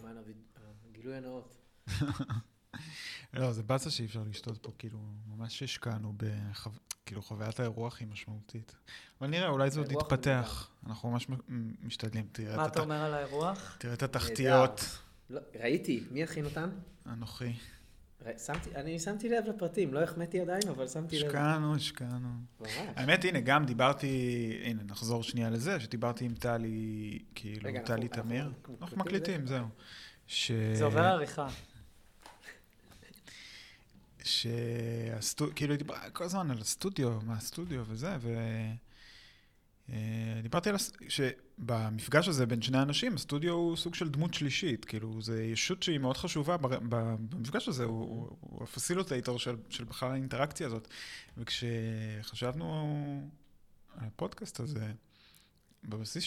למען הגילוי הנאות. לא, זה בצע שאי אפשר לשתות פה, כאילו, ממש השקענו כאילו, חוויית האירוח היא משמעותית. אבל נראה, אולי זה עוד יתפתח. אנחנו ממש משתדלים. מה אתה אומר על האירוח? תראה את התחתיות. ראיתי, מי הכין אותן? אנוכי. אני שמתי לב לפרטים, לא החמאתי עדיין, אבל שמתי לב. השקענו. האמת, הנה, גם דיברתי, הנה, נחזור שנייה לזה, שדיברתי עם טלי, כאילו, טלי תמיר. אנחנו מקליטים, זהו. זה עובר עריכה. כאילו, דיברה כל הזמן על הסטודיו, מה הסטודיו וזה, דיברתי על שבמפגש הזה בין שני אנשים, הסטודיו הוא סוג של דמות שלישית, כאילו, זה ישות שהיא מאוד חשובה במפגש הזה, הוא הפסילוטייטור של בכלל האינטראקציה הזאת. וכשחשבנו על הפודקאסט הזה, בבסיס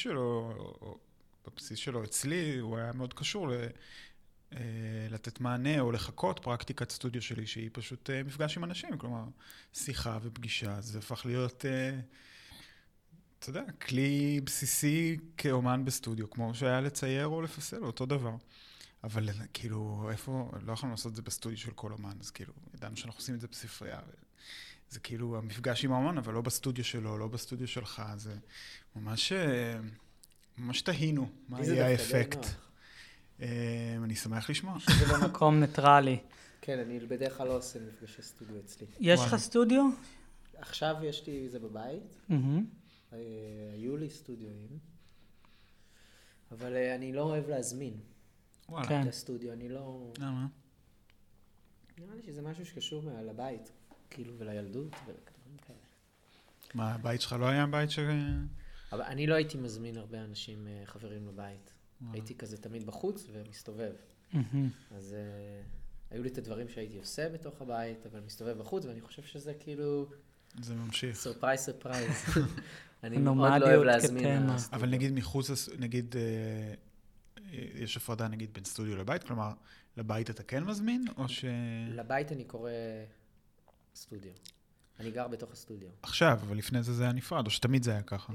שלו אצלי, הוא היה מאוד קשור לתת מענה או לחכות פרקטיקת סטודיו שלי, שהיא פשוט מפגש עם אנשים, כלומר, שיחה ופגישה, זה הפך להיות... אתה יודע, כלי בסיסי כאומן בסטודיו, כמו שהיה לצייר או לפסל, אותו דבר. אבל כאילו, איפה, לא יכולנו לעשות את זה בסטודיו של כל אומן, אז כאילו, ידענו שאנחנו עושים את זה בספרייה, זה כאילו המפגש עם האומן, אבל לא בסטודיו שלו, לא בסטודיו שלך, זה ממש תהינו, מה יהיה האפקט. אני שמח לשמוע. שזה במקום ניטרלי. כן, אני בדרך כלל לא עושה מפגשי סטודיו אצלי. יש לך סטודיו? עכשיו יש לי זה בבית. היו לי סטודיואים, אבל אני לא אוהב להזמין את הסטודיו, אני לא... למה? נראה לי שזה משהו שקשור לבית, כאילו, ולילדות ולדברים כאלה. מה, הבית שלך לא היה הבית אבל אני לא הייתי מזמין הרבה אנשים, חברים לבית. הייתי כזה תמיד בחוץ ומסתובב. אז היו לי את הדברים שהייתי עושה בתוך הבית, אבל מסתובב בחוץ, ואני חושב שזה כאילו... זה ממשיך. סרפרייז. אני מאוד לא אוהב להזמין. אבל נגיד מחוץ, נגיד, יש הפרדה נגיד בין סטודיו לבית, כלומר, לבית אתה כן מזמין, או ש... לבית אני קורא סטודיו. אני גר בתוך הסטודיו. עכשיו, אבל לפני זה היה נפרד, או שתמיד זה היה ככה?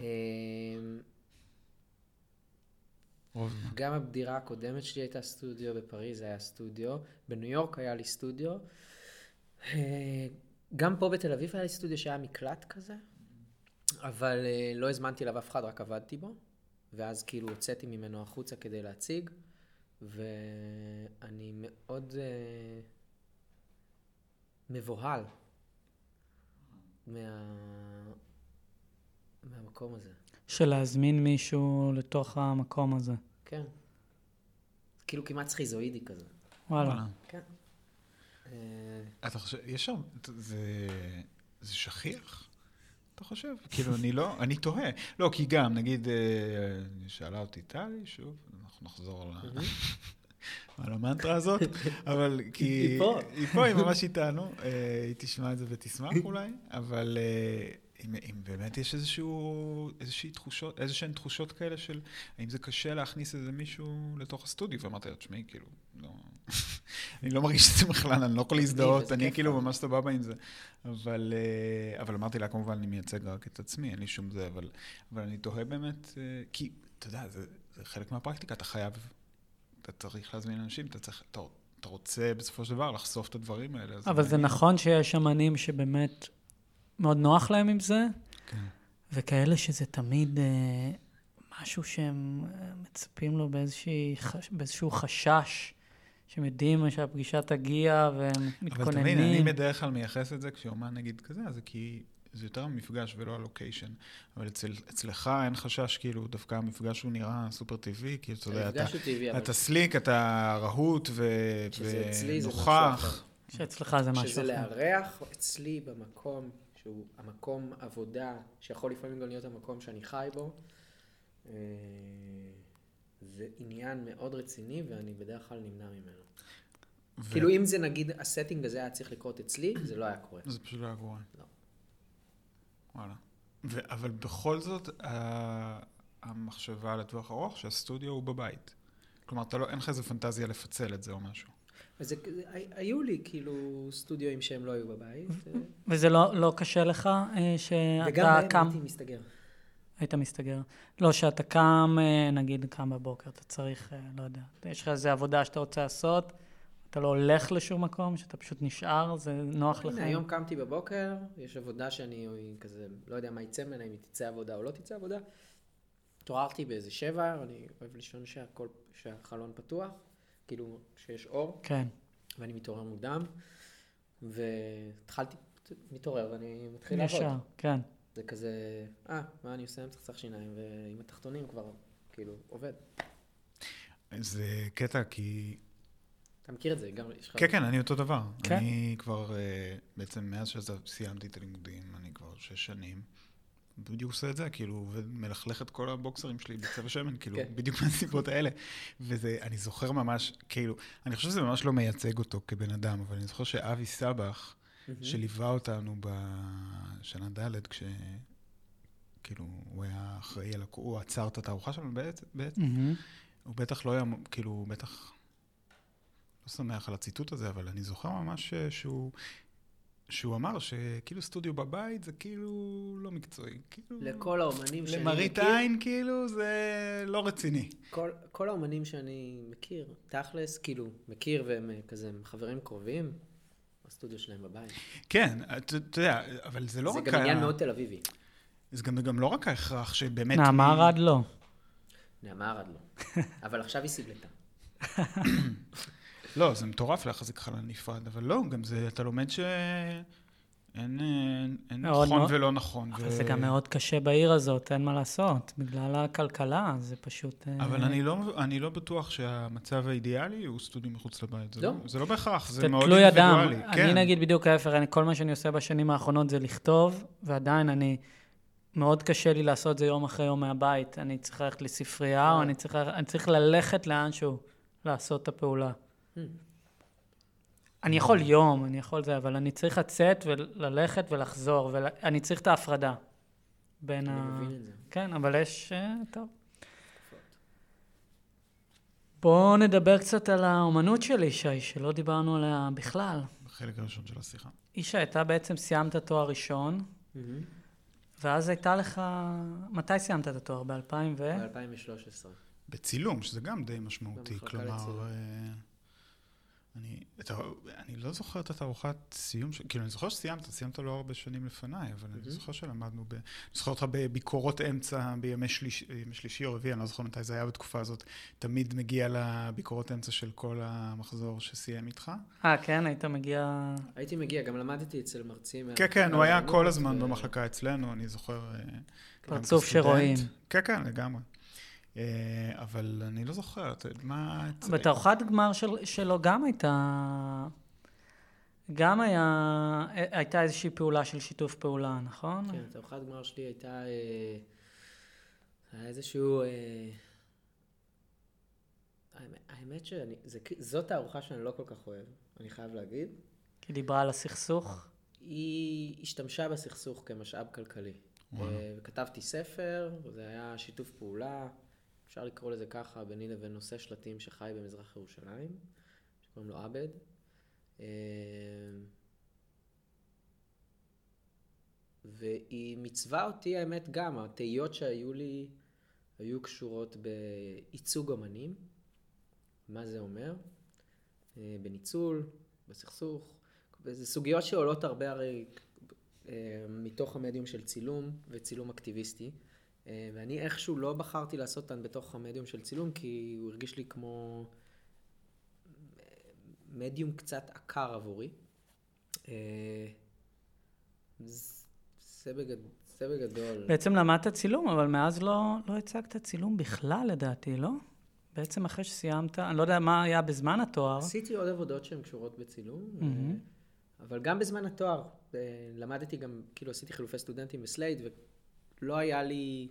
גם הבדירה הקודמת שלי הייתה סטודיו, בפריז היה סטודיו, בניו יורק היה לי סטודיו, גם פה בתל אביב היה לי סטודיו שהיה מקלט כזה, אבל לא הזמנתי אליו אף אחד, רק עבדתי בו, ואז כאילו הוצאתי ממנו החוצה כדי להציג, ואני מאוד מבוהל מהמקום הזה. של להזמין מישהו לתוך המקום הזה. כן. כאילו כמעט סכיזואידי כזה. וואלה. כן. אתה חושב, יש שם, זה שכיח? אתה חושב? כאילו, אני תוהה. לא, כי גם, נגיד, שאלה אותי טלי, שוב, אנחנו נחזור על המנטרה הזאת, אבל כי... היא פה, היא ממש איתנו, היא תשמע את זה ותשמח אולי, אבל אם באמת יש איזשהן תחושות כאלה של, האם זה קשה להכניס איזה מישהו לתוך הסטודיו, ואמרתי, תשמעי, כאילו, אני לא מרגיש את זה בכלל, אני לא יכול להזדהות, אני כאילו ממש סבבה עם זה, אבל אמרתי לה, כמובן, אני מייצג רק את עצמי, אין לי שום זה, אבל אני תוהה באמת, כי, אתה יודע, זה חלק מהפרקטיקה, אתה צריך להזמין אנשים, אתה רוצה בסופו של דבר לחשוף את הדברים האלה. אבל זה נכון שיש אמנים שבאמת מאוד נוח להם עם זה, וכאלה שזה תמיד משהו שהם מצפים לו באיזשהו חשש, שהם יודעים שהפגישה תגיע והם מתכוננים. אבל תמיד, אני בדרך כלל מייחס את זה כשאומן נגיד כזה, אז זה כי זה יותר המפגש ולא הלוקיישן. אבל אצלך אין חשש, כאילו, דווקא המפגש הוא נראה סופר טבעי, כי אתה יודע, אתה סליק, אתה רהוט ונוכח. שאצלך זה משהו אחר. שזה לארח אצלי במקום, שהוא המקום עבודה, שיכול לפעמים גם להיות המקום שאני חי בו, זה עניין מאוד רציני, ואני בדרך כלל נמנע ממנו. כאילו, אם זה נגיד, הסטינג הזה היה צריך לקרות אצלי, זה לא היה קורה. זה פשוט לא היה קורה. לא. וואלה. אבל בכל זאת, המחשבה לטווח ארוך, שהסטודיו הוא בבית. כלומר, אין לך איזה פנטזיה לפצל את זה או משהו. אז היו לי כאילו סטודיואים שהם לא היו בבית. וזה לא קשה לך שאתה קם? וגם בהם הייתי מסתגר. היית מסתגר. לא, שאתה קם, נגיד, קם בבוקר, אתה צריך, לא יודע, יש לך איזו עבודה שאתה רוצה לעשות, אתה לא הולך לשום מקום, שאתה פשוט נשאר, זה נוח לך. הנה, היום קמתי בבוקר, יש עבודה שאני כזה, לא יודע מה יצא ממנה, אם היא תצא עבודה או לא תצא עבודה. התעוררתי באיזה 7, אני אוהב לישון שהחלון פתוח, כאילו שיש אור. כן. ואני מתעורר מוקדם, והתחלתי, מתעורר ואני מתחיל לעבוד. ישר, כן. זה כזה, מה אני עושה? אני צריך שיניים, ועם התחתונים כבר, כאילו, עובד. זה קטע כי... אתה מכיר את זה, גם יש לך... כן, כן, אני אותו דבר. כן? אני כבר, בעצם מאז שסיימתי את הלימודים, אני כבר 6 שנים, בדיוק עושה את זה, כאילו, ומלכלך את כל הבוקסרים שלי בצבע שמן, כאילו, בדיוק מהסיבות האלה. וזה, אני זוכר ממש, כאילו, אני חושב שזה ממש לא מייצג אותו כבן אדם, אבל אני זוכר שאבי סבח, שליווה אותנו בשנה ד' כאילו, הוא היה אחראי על... הוא עצר את התערוכה שלנו בעצם. הוא בטח לא היה, כאילו, הוא בטח לא שמח על הציטוט הזה, אבל אני זוכר ממש שהוא אמר שכאילו סטודיו בבית זה כאילו לא מקצועי. כאילו, לכל האומנים שאני מכיר... למראית עין, כאילו, זה לא רציני. כל האומנים שאני מכיר, תכלס, כאילו, מכיר והם כזה חברים קרובים, הסטודיו שלהם בבית. כן, אתה יודע, אבל זה לא רק... זה גם עניין מאוד תל אביבי. זה גם לא רק ההכרח שבאמת... נעמה ארד לא. נעמה ארד לא. אבל עכשיו היא סבלתה. לא, זה מטורף להחזיק חלל נפרד, אבל לא, גם זה, אתה לומד שאין נכון ולא נכון. אבל זה גם מאוד קשה בעיר הזאת, אין מה לעשות. בגלל הכלכלה, זה פשוט... אבל אני לא בטוח שהמצב האידיאלי הוא סטודיו מחוץ לבית. לא. זה לא בהכרח, זה מאוד תלוי אדם. אינדיבידואלי. אני נגיד בדיוק ההפך, כל מה שאני עושה בשנים האחרונות זה לכתוב, ועדיין מאוד קשה לי לעשות את זה יום אחרי יום מהבית. אני צריך ללכת לספרייה, או אני צריך ללכת לאנשהו לעשות את הפעולה. אני יכול יום, אני יכול זה, אבל אני צריך לצאת וללכת ולחזור, ואני צריך את ההפרדה בין אני מבין את זה. כן, אבל יש... טוב. בואו נדבר קצת על האומנות של ישי, שלא דיברנו עליה בכלל. בחלק הראשון של השיחה. ישי, אתה בעצם סיימת תואר ראשון, ואז הייתה לך... מתי סיימת את התואר? ב-2013. בצילום, שזה גם די משמעותי. כלומר, אני לא זוכר את התערוכת סיום, כאילו אני זוכר סיימת לא הרבה שנים לפניי, אבל אני זוכר שלמדנו, אני זוכר אותך בביקורות אמצע בימי שלישי או רביעי, אני לא זוכר מתי זה היה בתקופה הזאת, תמיד מגיע לביקורות אמצע של כל המחזור שסיים איתך. כן, היית מגיע... הייתי מגיע, גם למדתי אצל מרצים. כן, הוא היה כל הזמן במחלקה אצלנו, אני זוכר... פרצוף שרואים. כן, לגמרי. אבל אני לא זוכר, מה... בתערוכת גמר שלו גם הייתה איזושהי פעולה של שיתוף פעולה, נכון? כן, תערוכת גמר שלי הייתה איזשהו... האמת שזאת תערוכה שאני לא כל כך אוהב, אני חייב להגיד. כי דיברה על הסכסוך? היא השתמשה בסכסוך כמשאב כלכלי. וכתבתי ספר, זה היה שיתוף פעולה. אפשר לקרוא לזה ככה, ביני לבין נושא שלטים שחי במזרח ירושלים, שקוראים לו עבד. והיא מצווה אותי, האמת גם, התהיות שהיו לי, היו קשורות בייצוג אמנים. מה זה אומר? בניצול, בסכסוך. זה סוגיות שעולות הרבה הרי מתוך המדיום של צילום וצילום אקטיביסטי. ואני איכשהו לא בחרתי לעשות אותן בתוך המדיום של צילום, כי הוא הרגיש לי כמו מדיום קצת עקר עבורי. זה בגדול. בעצם למדת צילום, אבל מאז לא הצגת צילום בכלל לדעתי, לא? בעצם אחרי שסיימת, אני לא יודע מה היה בזמן התואר. עשיתי עוד עבודות שהן קשורות בצילום, אבל גם בזמן התואר למדתי גם, כאילו עשיתי חילופי סטודנטים בסלייד, לא היה לי,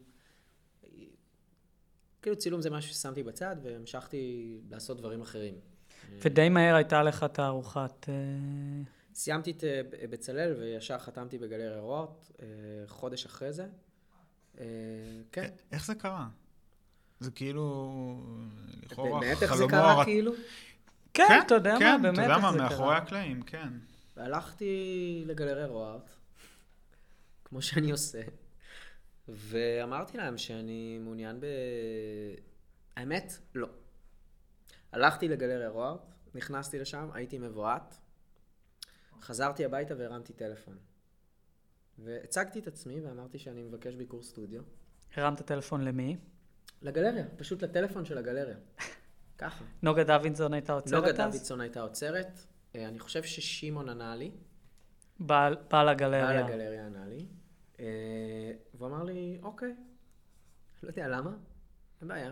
כאילו צילום זה משהו ששמתי בצד, והמשכתי לעשות דברים אחרים. ודי מהר הייתה לך תערוכת... סיימתי את בצלאל, וישר חתמתי בגלריה רוט, חודש אחרי זה. כן. איך זה קרה? זה כאילו, לכאורה באמת איך זה קרה כאילו? כן, אתה יודע מה, באמת איך זה קרה. אתה יודע מה, מאחורי הקלעים, כן. והלכתי לגלריה רוט, כמו שאני עושה. ואמרתי להם שאני מעוניין האמת, לא. הלכתי לגלריה רוארט, נכנסתי לשם, הייתי מבועת, חזרתי הביתה והרמתי טלפון. והצגתי את עצמי ואמרתי שאני מבקש ביקור סטודיו. הרמת טלפון למי? לגלריה, פשוט לטלפון של הגלריה. ככה. נוגה דוידסון הייתה עוצרת אז? נוגה דוידסון הייתה עוצרת. אני חושב ששימון ענה לי. בעל הגלריה. בעל הגלריה ענה לי. והוא אמר לי, אוקיי. לא יודע למה, אין בעיה.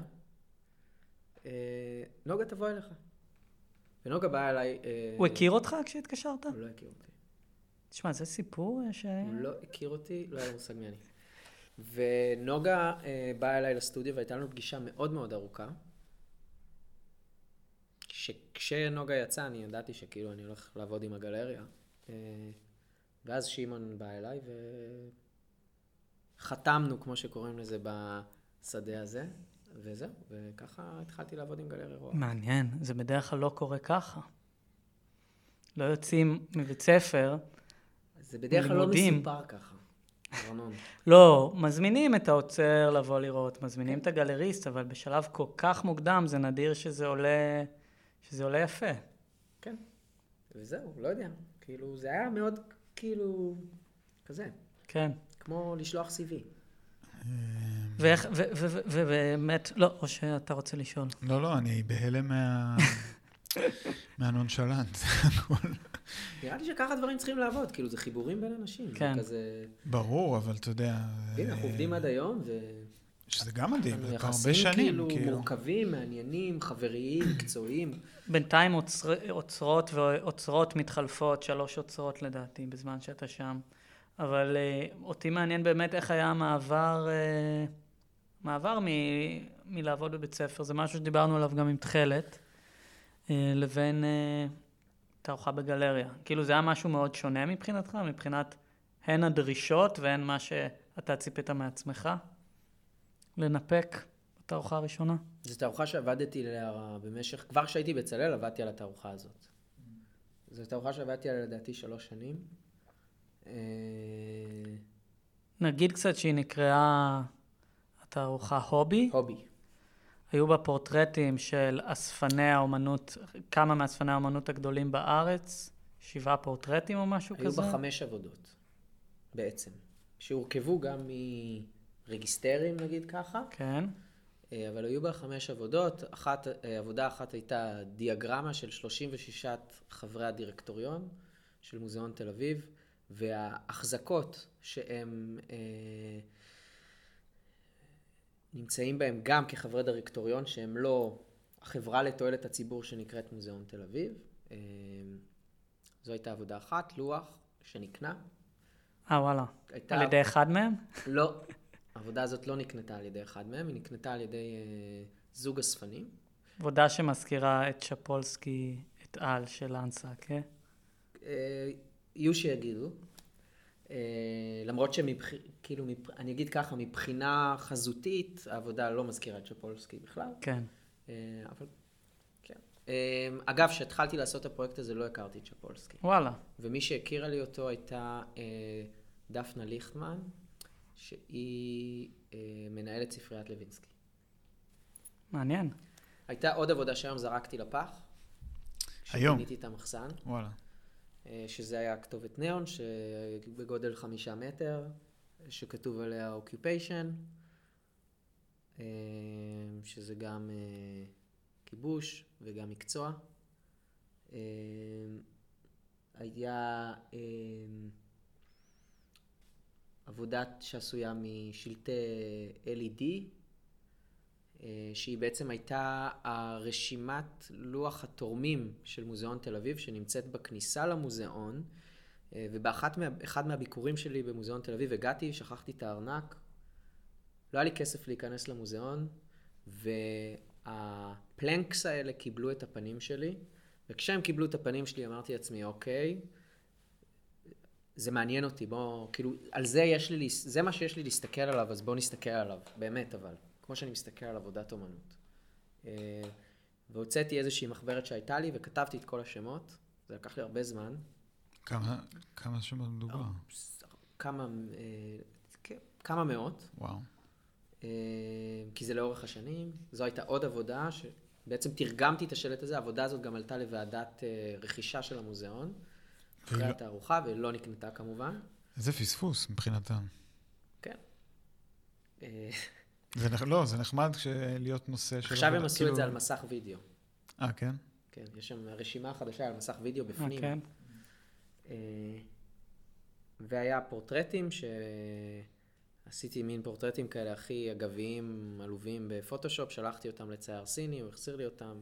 נוגה תבוא אליך. ונוגה באה אליי... הוא הכיר אותך כשהתקשרת? הוא לא הכיר אותי. תשמע, זה סיפור ש... הוא לא הכיר אותי, לא היה לו מושג מי אני. ונוגה באה אליי לסטודיו והייתה לנו פגישה מאוד מאוד ארוכה. כשנוגה יצא אני ידעתי שכאילו אני הולך לעבוד עם הגלריה. ואז שימון בא אליי וחתמנו, כמו שקוראים לזה, בשדה הזה. וזהו, וככה התחלתי לעבוד עם גלריה רוארט. מעניין, זה בדרך כלל לא קורה ככה. לא יוצאים מבית ספר, זה בדרך כלל לא מסופר ככה, ארנון. לא, מזמינים את העוצר לבוא לראות, מזמינים את הגלריסט, אבל בשלב כל כך מוקדם זה נדיר שזה עולה יפה. כן, וזהו, לא יודע. כאילו, זה היה מאוד, כאילו, כזה. כן. כמו לשלוח CV. ובאמת, לא, או שאתה רוצה לשאול. לא, אני בהלם מהנונשלנט. נראה לי שככה דברים צריכים לעבוד, כאילו זה חיבורים בין אנשים. כן. ברור, אבל אתה יודע... הנה, אנחנו עובדים עד היום, שזה גם מדהים, זה כבר הרבה יחסים שנים. כאילו מורכבים, מעניינים, חבריים, מקצועיים. בינתיים עוצרות מתחלפות, 3 עוצרות לדעתי, בזמן שאתה שם. אבל אותי מעניין באמת איך היה מעבר מלעבוד בבית ספר. זה משהו שדיברנו עליו גם עם תחלת, לבין תערוכה בגלריה. כאילו זה היה משהו מאוד שונה מבחינתך, מבחינת הן הדרישות והן מה שאתה ציפית מעצמך לנפק בתערוכה הראשונה. זו תערוכה שעבדתי עליה במשך, כבר כשהייתי בצלאל עבדתי על התערוכה הזאת. זו תערוכה שעבדתי עליה לדעתי 3 שנים. נגיד קצת שהיא נקראה התערוכה הובי. הובי. היו בה פורטרטים של אספני האומנות, כמה מאספני האומנות הגדולים בארץ, 7 פורטרטים או משהו כזה? היו בה 5 עבודות, בעצם. שהורכבו גם מרגיסטרים, נגיד ככה. כן. אבל היו בה 5 עבודות. עבודה אחת הייתה דיאגרמה של 36 חברי הדירקטוריון של מוזיאון תל אביב, וההחזקות שהם נמצאים בהם גם כחברי דירקטוריון, שהם לא החברה לתועלת הציבור שנקראת מוזיאון תל אביב. זו הייתה עבודה אחת, לוח שנקנה. וואלה. על ידי אחד מהם? לא. העבודה הזאת לא נקנתה על ידי אחד מהם, היא נקנתה על ידי זוג אספנים. עבודה שמזכירה את צ'פולסקי, את על של אנסה, כן? יהיו שיגידו. למרות כאילו, אני אגיד ככה, מבחינה חזותית, העבודה לא מזכירה את צ'פולסקי בכלל. כן. אבל, כן. אגב, כשהתחלתי לעשות את הפרויקט הזה, לא הכרתי את צ'פולסקי. וואלה. ומי שהכירה לי אותו הייתה דפנה ליכטמן, שהיא מנהלת ספריית לוינסקי. מעניין. הייתה עוד עבודה שהיום זרקתי לפח. היום? כשבניתי את המחסן. וואלה. שזה היה כתובת ניאון, שבגודל 5 מטר, שכתוב עליה occupation, שזה גם כיבוש וגם מקצוע. היה עבודה שעשויה משלטי LED, שהיא בעצם הייתה הרשימת לוח התורמים של מוזיאון תל אביב, שנמצאת בכניסה למוזיאון, ובאחד מהביקורים שלי במוזיאון תל אביב הגעתי, שכחתי את הארנק, לא היה לי כסף להיכנס למוזיאון, והפלנקס האלה קיבלו את הפנים שלי, וכשהם קיבלו את הפנים שלי אמרתי לעצמי, אוקיי, זה מעניין אותי, בוא, כאילו, על זה זה מה שיש לי להסתכל עליו, אז בוא נסתכל עליו, באמת אבל. כמו שאני מסתכל על עבודת אומנות. והוצאתי איזושהי מחברת שהייתה לי, וכתבתי את כל השמות. זה לקח לי הרבה זמן. כמה שמות מדובר? כמה מאות. וואו. כי זה לאורך השנים. זו הייתה עוד עבודה שבעצם תרגמתי את השלט הזה. העבודה הזאת גם עלתה לוועדת רכישה של המוזיאון, אחרי התערוכה, ולא נקנתה כמובן. איזה פספוס מבחינתם. כן. זה נחמד להיות נושא של... עכשיו הם עשו את זה על מסך וידאו. כן? כן, יש שם רשימה חדשה על מסך וידאו בפנים. כן. והיה פורטרטים עשיתי מין פורטרטים כאלה הכי אגביים, עלובים בפוטושופ, שלחתי אותם לצייר סיני, הוא החזיר לי אותם,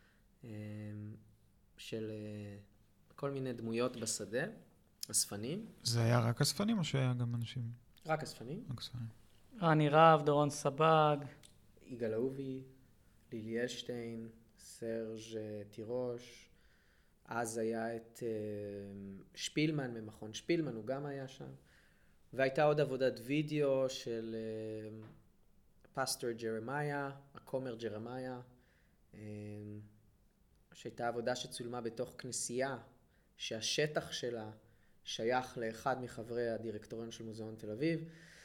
של כל מיני דמויות בשדה, אספנים. זה היה רק אספנים או שהיה גם אנשים? רק אספנים. רק אספנים. רני רב, דורון סבג. יגאל אהובי, לילי אלשטיין, סרג' תירוש, אז היה את שפילמן ממכון שפילמן, הוא גם היה שם. והייתה עוד עבודת וידאו של פסטור ג'רמיה, הכומר ג'רמיה, שהייתה עבודה שצולמה בתוך כנסייה, שהשטח שלה שייך לאחד מחברי הדירקטוריון של מוזיאון תל אביב,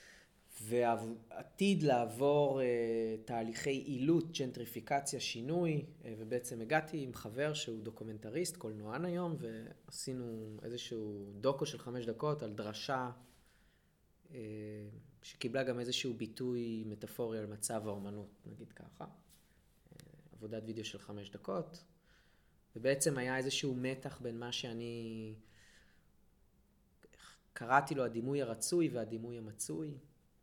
ועתיד לעבור תהליכי עילות, ג'נטריפיקציה, שינוי, ובעצם הגעתי עם חבר שהוא דוקומנטריסט, קולנוען היום, ועשינו איזשהו דוקו של 5 דקות על דרשה, שקיבלה גם איזשהו ביטוי מטאפורי על מצב האומנות, נגיד ככה. עבודת וידאו של 5 דקות, ובעצם היה איזשהו מתח בין מה שאני קראתי לו הדימוי הרצוי והדימוי המצוי.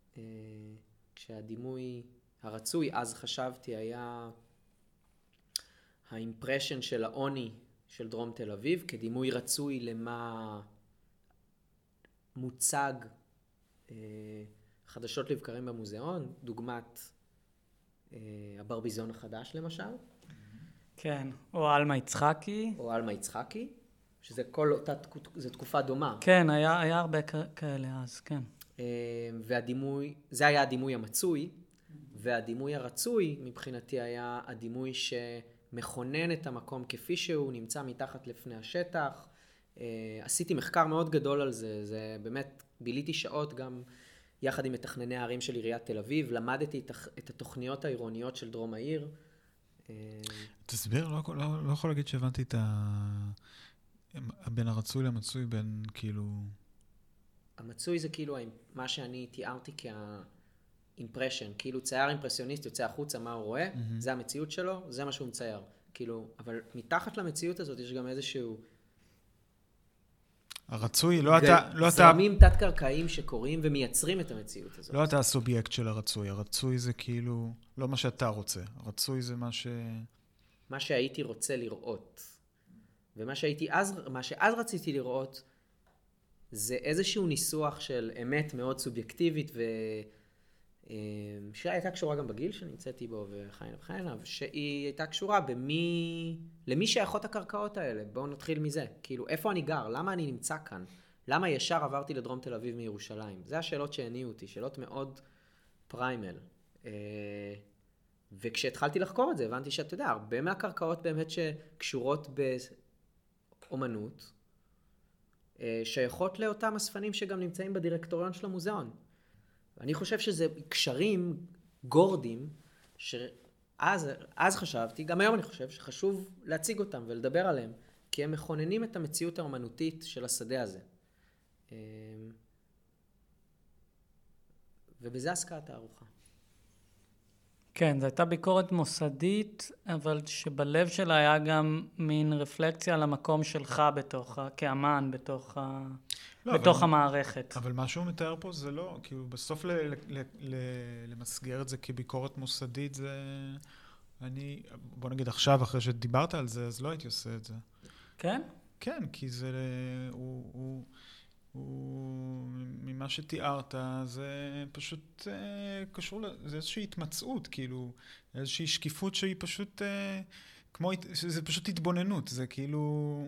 כשהדימוי הרצוי, אז חשבתי, היה האימפרשן של העוני של דרום תל אביב, כדימוי רצוי למה מוצג חדשות לבקרים במוזיאון, דוגמת הברביזון החדש למשל. כן, או אלמה יצחקי. או אלמה יצחקי, שזה כל אותה, זו תקופה דומה. כן, היה הרבה כאלה אז, כן. והדימוי, זה היה הדימוי המצוי, והדימוי הרצוי מבחינתי היה הדימוי שמכונן את המקום כפי שהוא, נמצא מתחת לפני השטח. עשיתי מחקר מאוד גדול על זה, זה באמת ביליתי שעות גם יחד עם מתכנני הערים של עיריית תל אביב, למדתי את התוכניות העירוניות של דרום העיר. תסביר, לא יכול להגיד שהבנתי את בין הרצוי למצוי, בין כאילו... המצוי זה כאילו מה שאני תיארתי כאימפרשן, כאילו צייר אימפרסיוניסט יוצא החוצה מה הוא רואה, זה המציאות שלו, זה מה שהוא מצייר. כאילו, אבל מתחת למציאות הזאת יש גם איזשהו... הרצוי, לא אתה... זרמים תת-קרקעיים שקורים ומייצרים את המציאות הזאת. לא אתה הסובייקט של הרצוי, הרצוי זה כאילו לא מה שאתה רוצה, הרצוי זה מה שהייתי רוצה לראות. ומה שאז רציתי לראות, זה איזשהו ניסוח של אמת מאוד סובייקטיבית, שהייתה קשורה גם בגיל שנמצאתי בו וכהנה וכהנה, שהיא הייתה קשורה למי שייכות הקרקעות האלה. בואו נתחיל מזה. כאילו, איפה אני גר? למה אני נמצא כאן? למה ישר עברתי לדרום תל אביב מירושלים? זה השאלות שהניעו אותי, שאלות מאוד פריימל. וכשהתחלתי לחקור את זה, הבנתי שאתה יודע, הרבה מהקרקעות באמת שקשורות באומנות, שייכות לאותם אספנים שגם נמצאים בדירקטוריון של המוזיאון. אני חושב שזה קשרים גורדים, שאז חשבתי, גם היום אני חושב שחשוב להציג אותם ולדבר עליהם, כי הם מכוננים את המציאות האומנותית של השדה הזה. ובזה עסקה התערוכה. כן, זו הייתה ביקורת מוסדית, אבל שבלב שלה היה גם מין רפלקציה על המקום שלך כאמן, בתוך המערכת. אבל מה שהוא מתאר פה זה לא, כאילו בסוף למסגר את זה כביקורת מוסדית, זה... בוא נגיד עכשיו, אחרי שדיברת על זה, אז לא הייתי עושה את זה. כן? כן, כי זה... ממה שתיארת, זה פשוט קשור, זה איזושהי התמצאות, כאילו, איזושהי שקיפות שהיא פשוט, זה פשוט התבוננות, זה כאילו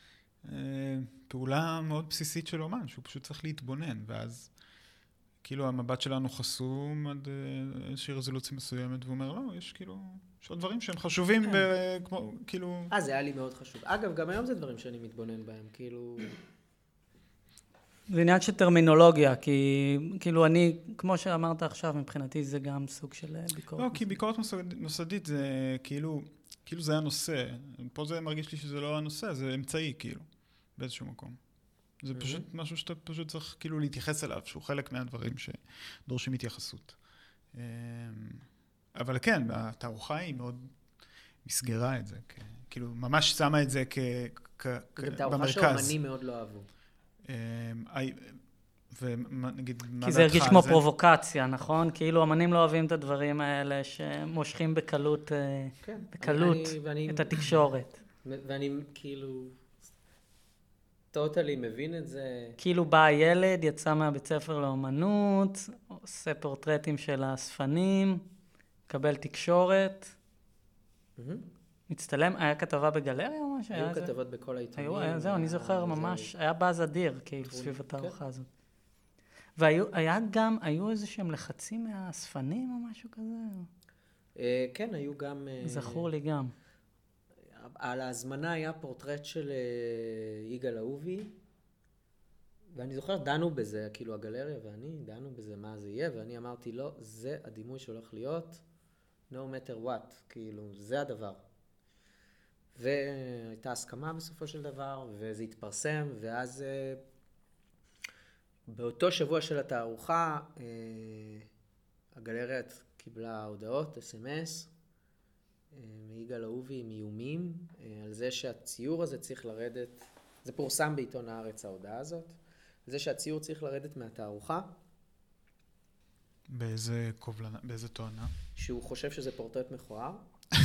פעולה מאוד בסיסית של אומן, שהוא פשוט צריך להתבונן, ואז כאילו המבט שלנו חסום עד איזושהי רזולוציה מסוימת, והוא אומר, לא, יש כאילו, יש עוד דברים שהם חשובים, וכמו, כאילו... זה היה לי מאוד חשוב. אגב, גם היום זה דברים שאני מתבונן בהם, כאילו... זה עניין של טרמינולוגיה, כי כאילו אני, כמו שאמרת עכשיו, מבחינתי זה גם סוג של ביקורת. לא, כי ביקורת מוסדית זה כאילו זה הנושא. פה זה מרגיש לי שזה לא הנושא, זה אמצעי כאילו, באיזשהו מקום. זה פשוט משהו שאתה פשוט צריך כאילו להתייחס אליו, שהוא חלק מהדברים שדורשים התייחסות. אבל כן, התערוכה היא מאוד מסגרה את זה, כאילו ממש שמה את זה במרכז. תערוכה שאומנים מאוד לא אהבו. ונגיד, כי זה הרגיש כמו פרובוקציה, נכון? כאילו אמנים לא אוהבים את הדברים האלה שמושכים בקלות את התקשורת. ואני כאילו טוטלי מבין את זה. כאילו בא הילד, יצא מהבית ספר לאומנות, עושה פורטרטים של האספנים, מקבל תקשורת, מצטלם, היה כתבה בגלריה או משהו? היו כתבות בכל העיתונים. זהו, אני זוכר ממש, היה באז אדיר, כאילו, סביב התערוכה הזאת. והיו איזה שהם לחצים מהאספנים או משהו כזה? כן, היו גם... זכור לי גם. על ההזמנה היה פורטרט של יגאל אהובי, ואני זוכר, דנו בזה, כאילו הגלריה ואני, דנו בזה מה זה יהיה, ואני אמרתי, לא, זה הדימוי שהולך להיות, no matter what, כאילו, זה הדבר. והייתה הסכמה בסופו של דבר, וזה התפרסם, ואז באותו שבוע של התערוכה, הגלריה קיבלה הודעות, SMS, מיגאל אהובי עם איומים, על זה שהציור הזה צריך לרדת, זה פורסם בעיתון הארץ ההודעה הזאת, על זה שהציור צריך לרדת מהתערוכה. באיזה קובלנה, באיזה טוענה? שהוא חושב שזה פורטרט מכוער.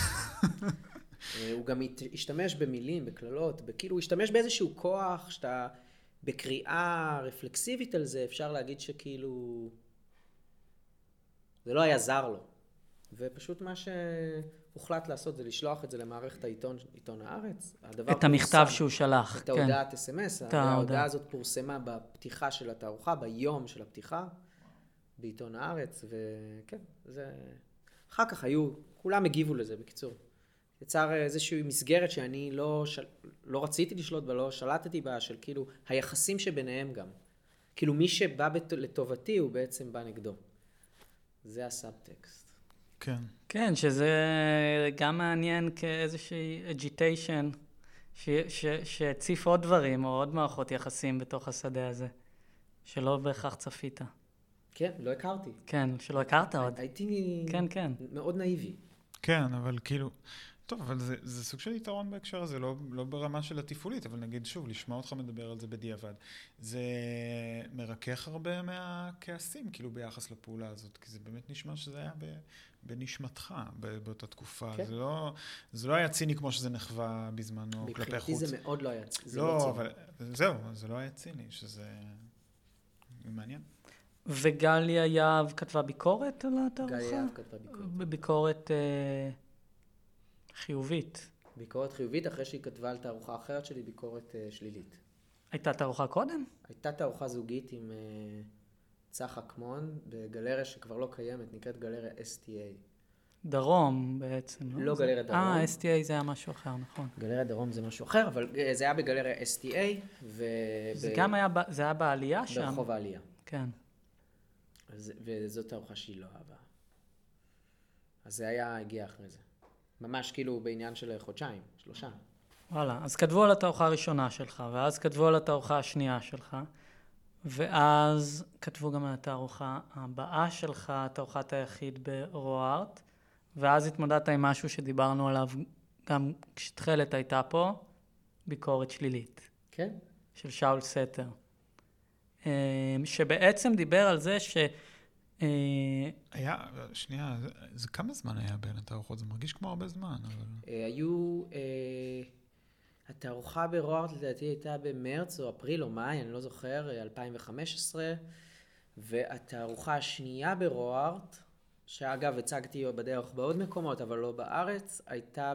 הוא גם השתמש במילים, בכללות, כאילו הוא השתמש באיזשהו כוח שאתה בקריאה רפלקסיבית על זה, אפשר להגיד שכאילו זה לא היה זר לו. ופשוט מה שהוחלט לעשות זה לשלוח את זה למערכת עיתון הארץ. את המכתב שהוא שלח. את ההודעת SMS. ההודעה הזאת פורסמה בפתיחה של התערוכה, ביום של הפתיחה, בעיתון הארץ, וכן, זה... אחר כך כולם הגיבו לזה בקיצור. יצר איזושהי מסגרת שאני לא רציתי לשלוט בה, לא שלטתי בה, של כאילו היחסים שביניהם גם. כאילו מי שבא לטובתי הוא בעצם בא נגדו. זה הסאבטקסט. כן. כן, שזה גם מעניין כאיזושהי agitation, שהציף עוד דברים או עוד מערכות יחסים בתוך השדה הזה, שלא בהכרח צפית. כן, לא הכרתי. כן, שלא הכרת עוד. הייתי מאוד נאיבי. כן, אבל כאילו... טוב, אבל זה סוג של יתרון בהקשר הזה, לא ברמה של התפעולית, אבל נגיד שוב, לשמוע אותך מדבר על זה בדיעבד. זה מרכך הרבה מהכעסים, כאילו, ביחס לפעולה הזאת, כי זה באמת נשמע שזה היה בנשמתך באותה תקופה. כן. זה לא היה ציני כמו שזה נחווה בזמנו כלפי חוץ. מבחינתי זה מאוד לא היה ציני. לא, אבל זהו, זה לא היה ציני, שזה מעניין. וגליה יהב כתבה ביקורת על התערוכה? גליה יהב כתבה ביקורת. ביקורת... חיובית. ביקורת חיובית, אחרי שהיא כתבה על תערוכה אחרת שלי, ביקורת שלילית. הייתה תערוכה קודם? הייתה תערוכה זוגית עם צח אקמון, בגלריה שכבר לא קיימת, נקראת גלריה STA. דרום בעצם, לא גלריה דרום. STA זה היה משהו אחר, נכון. גלריה דרום זה משהו אחר, אבל זה היה בגלריה STA, זה גם היה בעלייה שם? ברחוב העלייה. כן. וזאת תערוכה שהיא לא אהבה. אז זה הגיע אחרי זה. ממש כאילו בעניין של חודשיים, 3. וואלה, אז כתבו על התערוכה הראשונה שלך, ואז כתבו על התערוכה השנייה שלך, ואז כתבו גם על התערוכה הבאה שלך, תערוכת היחיד ברוארט, ואז התמודדת עם משהו שדיברנו עליו, גם כשתחלת הייתה פה, ביקורת שלילית. כן. של שאול סתר. שבעצם דיבר על זה היה, שנייה, זה כמה זמן היה בין התערוכות? זה מרגיש כמו הרבה זמן. היו, התערוכה ברוארט לדעתי הייתה במרץ או אפריל או מאי, אני לא זוכר, 2015, והתערוכה השנייה ברוארט, שאגב הצגתי בדרך בעוד מקומות, אבל לא בארץ, הייתה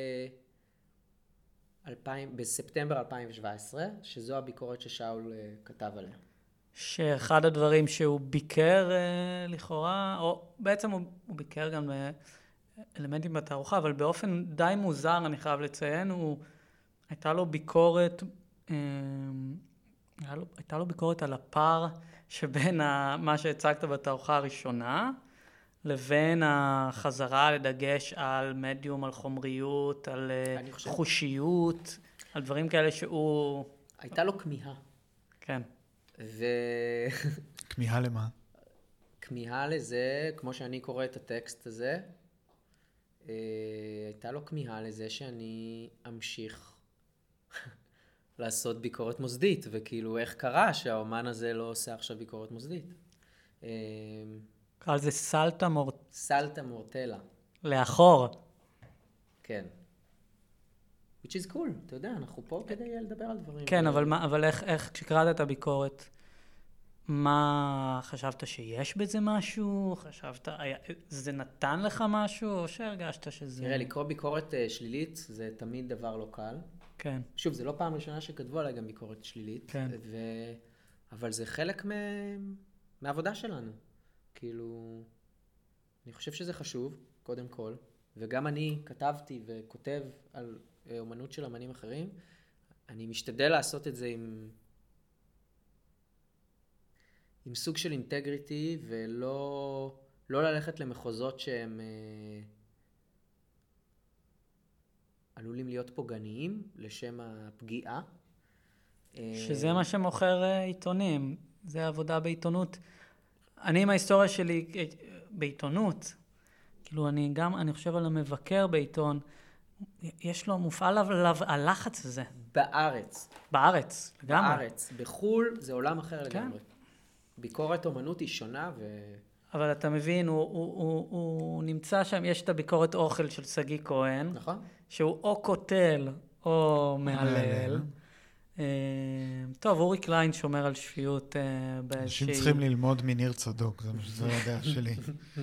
בספטמבר 2017, שזו הביקורת ששאול כתב עליה. שאחד הדברים שהוא ביקר לכאורה, או בעצם הוא ביקר גם אלמנטים בתערוכה, אבל באופן די מוזר, אני חייב לציין, הייתה לו ביקורת הייתה לו ביקורת על הפער שבין מה שהצגת בתערוכה הראשונה, לבין החזרה לדגש על מדיום, על חומריות, על חושיות, על דברים כאלה שהוא... הייתה לו כמיהה. כן. כמיהה למה? כמיהה לזה, כמו שאני קורא את הטקסט הזה, הייתה לו כמיהה לזה שאני אמשיך לעשות ביקורת מוסדית, וכאילו איך קרה שהאומן הזה לא עושה עכשיו ביקורת מוסדית. קרא לזה סלטה מורטלה. לאחור. כן. which is cool, אתה יודע, אנחנו פה כדי לדבר על דברים. כן, אבל איך כשקראת את הביקורת, מה חשבת שיש בזה משהו? זה נתן לך משהו, או שהרגשת שזה... תראה, לקרוא ביקורת שלילית זה תמיד דבר לא קל. כן. שוב, זה לא פעם ראשונה שכתבו עליי גם ביקורת שלילית. כן. אבל זה חלק מהעבודה שלנו. כאילו, אני חושב שזה חשוב, קודם כל, וגם אני כתבתי וכותב על אומנות של אמנים אחרים, אני משתדל לעשות את זה עם סוג של אינטגריטי, ולא ללכת למחוזות שהם עלולים להיות פוגעניים לשם הפגיעה. שזה מה שמוכר עיתונים, זה עבודה בעיתונות. אני עם ההיסטוריה שלי בעיתונות, כאילו אני חושב על המבקר בעיתון, יש לו מופעל עליו הלחץ הזה. בארץ, לגמרי. בארץ, בחול זה עולם אחר לגמרי. ביקורת אומנות היא שונה אבל אתה מבין, הוא נמצא שם, יש את הביקורת אוכל של סגי כהן. נכון. שהוא או קוטל או מהלל. טוב, אורי קליין שומר על שפיות באיזושהי... אנשים צריכים ללמוד מניר צדוק, זה הדרך שלי.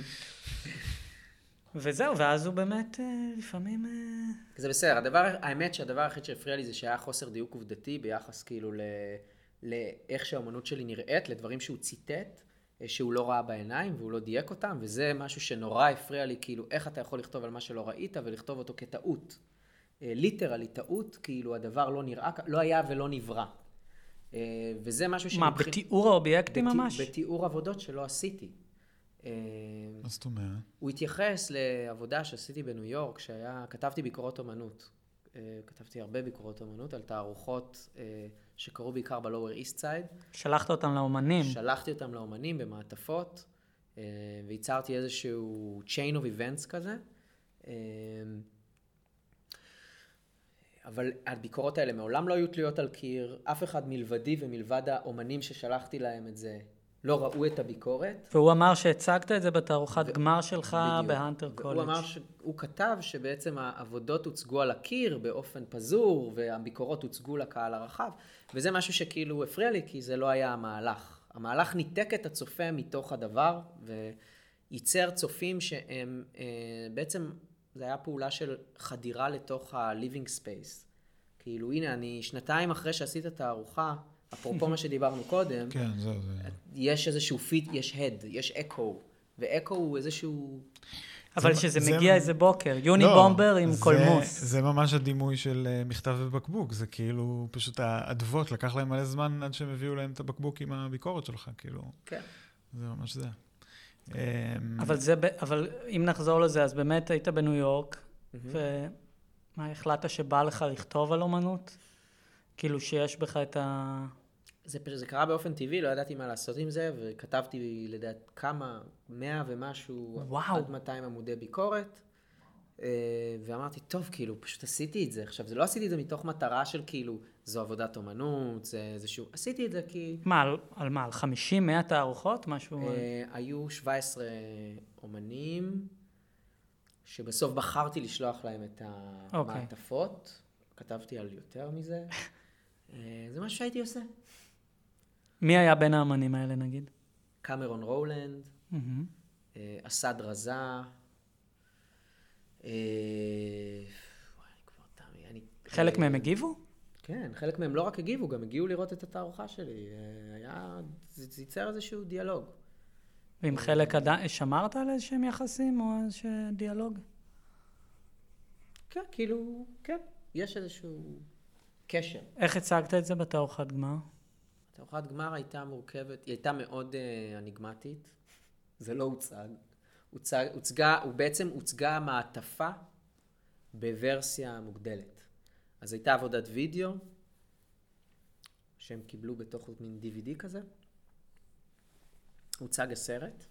וזהו, ואז הוא באמת לפעמים... זה בסדר, האמת שהדבר הכי שהפריע לי זה שהיה חוסר דיוק עובדתי ביחס כאילו לאיך שהאמנות שלי נראית, לדברים שהוא ציטט, שהוא לא ראה בעיניים והוא לא דייק אותם, וזה משהו שנורא הפריע לי, כאילו איך אתה יכול לכתוב על מה שלא ראית ולכתוב אותו כטעות. ליטרלי טעות, כאילו הדבר לא נראה, לא היה ולא נברא. וזה משהו מה, בתיאור האובייקטים ממש? בתיאור עבודות שלא עשיתי. מה זאת אומרת? הוא התייחס לעבודה שעשיתי בניו יורק, כתבתי ביקורות אומנות. כתבתי הרבה ביקורות אומנות על תערוכות שקרו בעיקר בלואוור איסט סייד. שלחת אותם לאומנים? שלחתי אותם לאומנים במעטפות, וייצרתי איזשהו chain of events כזה. אבל הביקורות האלה מעולם לא היו תלויות על קיר, אף אחד מלבדי ומלבד האומנים ששלחתי להם את זה לא ראו את הביקורת. והוא אמר שהצגת את זה בתערוכת גמר שלך בהנטר קולג'. הוא אמר שהוא כתב שבעצם העבודות הוצגו על הקיר באופן פזור, והביקורות הוצגו לקהל הרחב, וזה משהו שכאילו הפריע לי, כי זה לא היה המהלך. המהלך ניתק את הצופה מתוך הדבר, וייצר צופים שהם בעצם, זה היה פעולה של חדירה לתוך ה-living space. כאילו, הנה, אני שנתיים אחרי שעשית את התערוכה, אפרופו מה שדיברנו קודם, כן, זה. יש איזשהו פיט, יש הד, יש אקו, ואקו הוא איזשהו... אבל שזה מגיע איזה בוקר, יוני בומבר עם קולמוס. זה ממש הדימוי של מכתב ובקבוק, זה כאילו פשוט האדוות, לקח להם מלא זמן עד שהם הביאו להם את הבקבוק עם הביקורת שלך, כאילו. כן. זה ממש זה. אבל אם נחזור לזה, אז באמת היית בניו יורק, ומה החלטת שבא לך לכתוב על אומנות? כאילו שיש בך את ה... זה קרה באופן טבעי, לא ידעתי מה לעשות עם זה, וכתבתי לדעת כמה, 100 ומשהו, עד 200 עמודי ביקורת, ואמרתי, טוב, כאילו, פשוט עשיתי את זה. עכשיו, זה לא עשיתי את זה מתוך מטרה של כאילו, זו עבודת אומנות, זה איזשהו, עשיתי את זה כי... מה, על מה? על 50, 100 תערוכות? משהו... היו 17 אומנים, שבסוף בחרתי לשלוח להם את המעטפות, כתבתי על יותר מזה. זה משהו שהייתי עושה. מי היה בין האמנים האלה, נגיד? קמרון רולנד, אסד רזה, חלק מהם הגיבו? כן, חלק מהם לא רק הגיבו, גם הגיעו לראות את התערוכה שלי. זה ייצר איזשהו דיאלוג. ועם חלק שמרת על איזשהם יחסים או איזשהו דיאלוג? כן, כאילו, כן, יש איזשהו... קשר. איך הצגת את זה בתערוכת גמר? התערוכת גמר הייתה מורכבת, היא הייתה מאוד אניגמטית, זה לא בעצם הוצגה מעטפה בוורסיה מוגדלת. אז הייתה עבודת וידאו, שהם קיבלו בתוך מין DVD כזה, הוצג הסרט.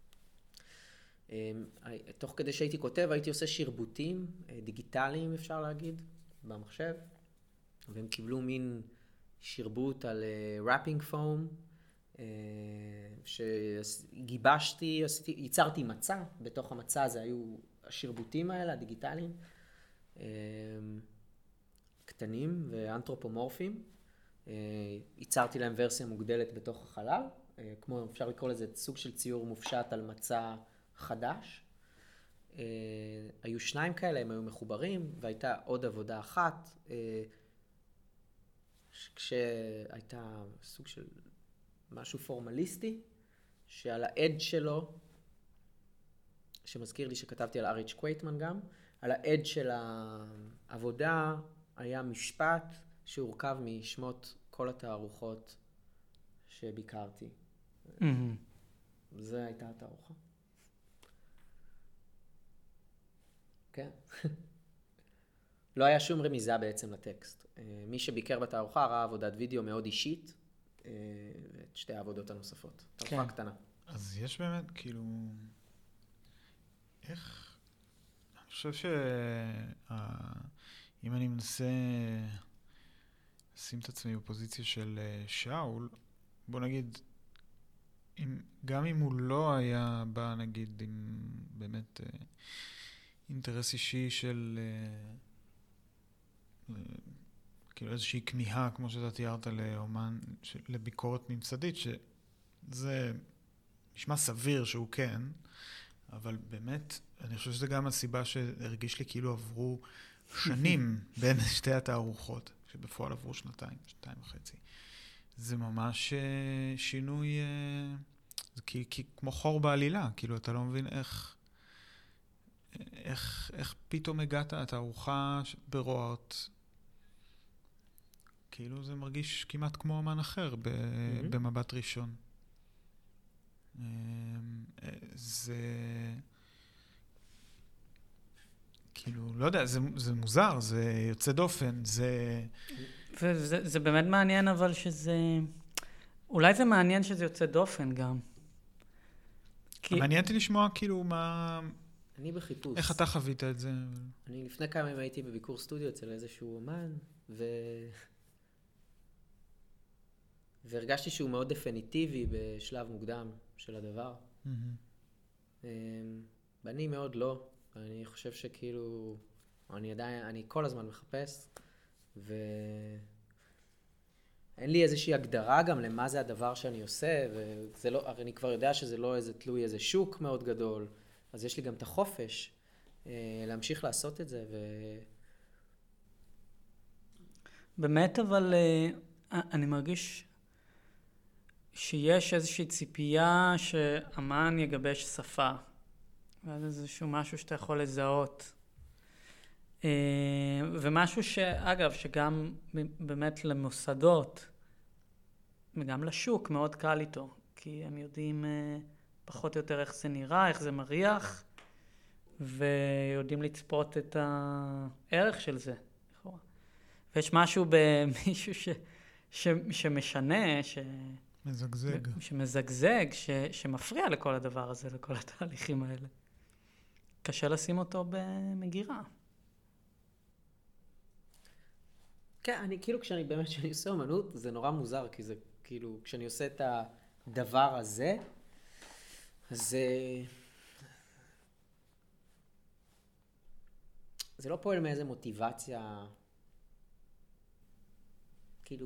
תוך כדי שהייתי כותב, הייתי עושה שרבוטים דיגיטליים, אפשר להגיד, במחשב, והם קיבלו מין שרבוט על wrapping foam, שגיבשתי, ייצרתי מצע, בתוך המצע הזה היו השרבוטים האלה, הדיגיטליים, קטנים ואנתרופומורפיים. ייצרתי להם ורסיה מוגדלת בתוך החלל, כמו אפשר לקרוא לזה סוג של ציור מופשט על מצע חדש. היו 2 כאלה, הם היו מחוברים, והייתה עוד עבודה אחת, כשהייתה סוג של משהו פורמליסטי, שעל העד שלו, שמזכיר לי שכתבתי על אריץ' קווייטמן גם, על העד של העבודה היה משפט שהורכב משמות כל התערוכות שביקרתי. זה הייתה התערוכה. כן. לא היה שום רמיזה בעצם לטקסט. מי שביקר בתערוכה ראה עבודת וידאו מאוד אישית, את 2 העבודות הנוספות. תערוכה קטנה. אז יש באמת, כאילו, איך, אני חושב אם אני מנסה לשים את עצמי בפוזיציה של שאול, בוא נגיד, גם אם הוא לא היה בא, נגיד, עם באמת אינטרס אישי של כאילו איזושהי כמיהה, כמו שאתה תיארת לאומן, לביקורת ממסדית, שזה נשמע סביר שהוא כן, אבל באמת, אני חושב שזה גם הסיבה שהרגיש לי כאילו עברו שנים בין 2 התערוכות, שבפועל עברו 2.5. זה ממש שינוי, זה כמו חור בעלילה, כאילו אתה לא מבין איך פתאום הגעת התערוכה ברעות, כאילו זה מרגיש כמעט כמו אמן אחר במבט ראשון. זה כאילו, לא יודע, זה מוזר, זה יוצא דופן, וזה באמת מעניין, אבל שזה, אולי זה מעניין שזה יוצא דופן גם. מעניין אותי לשמוע כאילו מה, אני בחיפוש. איך אתה חווית את זה? אני לפני כמה ימים הייתי בביקור סטודיו אצל איזשהו אומן, והרגשתי שהוא מאוד דפניטיבי בשלב מוקדם של הדבר. ואני מאוד לא. אני חושב שכאילו, אני כל הזמן מחפש, ואין לי איזושהי הגדרה גם למה זה הדבר שאני עושה, וזה לא, הרי אני כבר יודע שזה לא איזה תלוי איזה שוק מאוד גדול, אז יש לי גם את החופש להמשיך לעשות את זה. באמת, אבל אני מרגיש שיש איזושהי ציפייה שאמן יגבש שפה, ואז איזשהו משהו שאתה יכול לזהות. ומשהו שאגב, שגם באמת למוסדות, וגם לשוק מאוד קל איתו, כי הם יודעים פחות או יותר איך זה נראה, איך זה מריח, ויודעים לצפות את הערך של זה. ויש משהו במישהו שמשנה, מזגזג. שמזגזג, שמפריע לכל הדבר הזה, לכל התהליכים האלה. קשה לשים אותו במגירה. כן, אני כאילו כשאני עושה אומנות, זה נורא מוזר, כי זה כאילו, כשאני עושה את הדבר הזה, אז זה לא פועל מאיזה מוטיבציה, כאילו...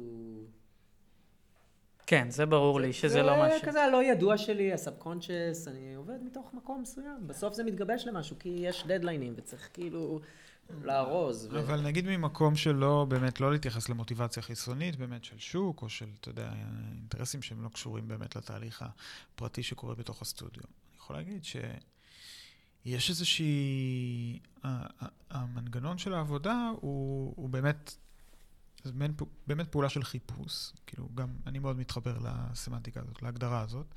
כן, זה ברור לי שזה לא משהו. זה כזה הלא ידוע שלי, הסאבקונצ'ס, אני עובד מתוך מקום מסוים. בסוף זה מתגבש למשהו, כי יש דדליינים וצריך כאילו להרוז. אבל נגיד ממקום שלא, באמת לא להתייחס למוטיבציה חיצונית, באמת של שוק, או של, אתה יודע, אינטרסים שהם לא קשורים באמת לתהליך הפרטי שקורה בתוך הסטודיו. אני יכול להגיד שיש איזושהי, המנגנון של העבודה הוא באמת שזה באמת פעולה של חיפוש, כאילו גם אני מאוד מתחבר לסמנטיקה הזאת, להגדרה הזאת,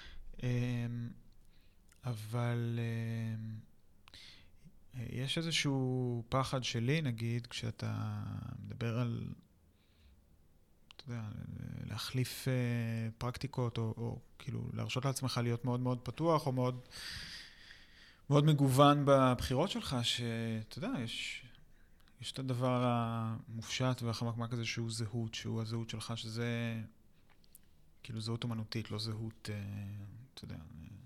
אבל יש איזשהו פחד שלי, נגיד, כשאתה מדבר על, אתה יודע, להחליף פרקטיקות, או כאילו להרשות לעצמך להיות מאוד מאוד פתוח, או מאוד, מאוד מגוון בבחירות שלך, שאתה יודע, יש את הדבר המופשט והחמקמק הזה שהוא זהות, שהוא הזהות שלך, שזה כאילו זהות אומנותית, לא זהות, אתה יודע,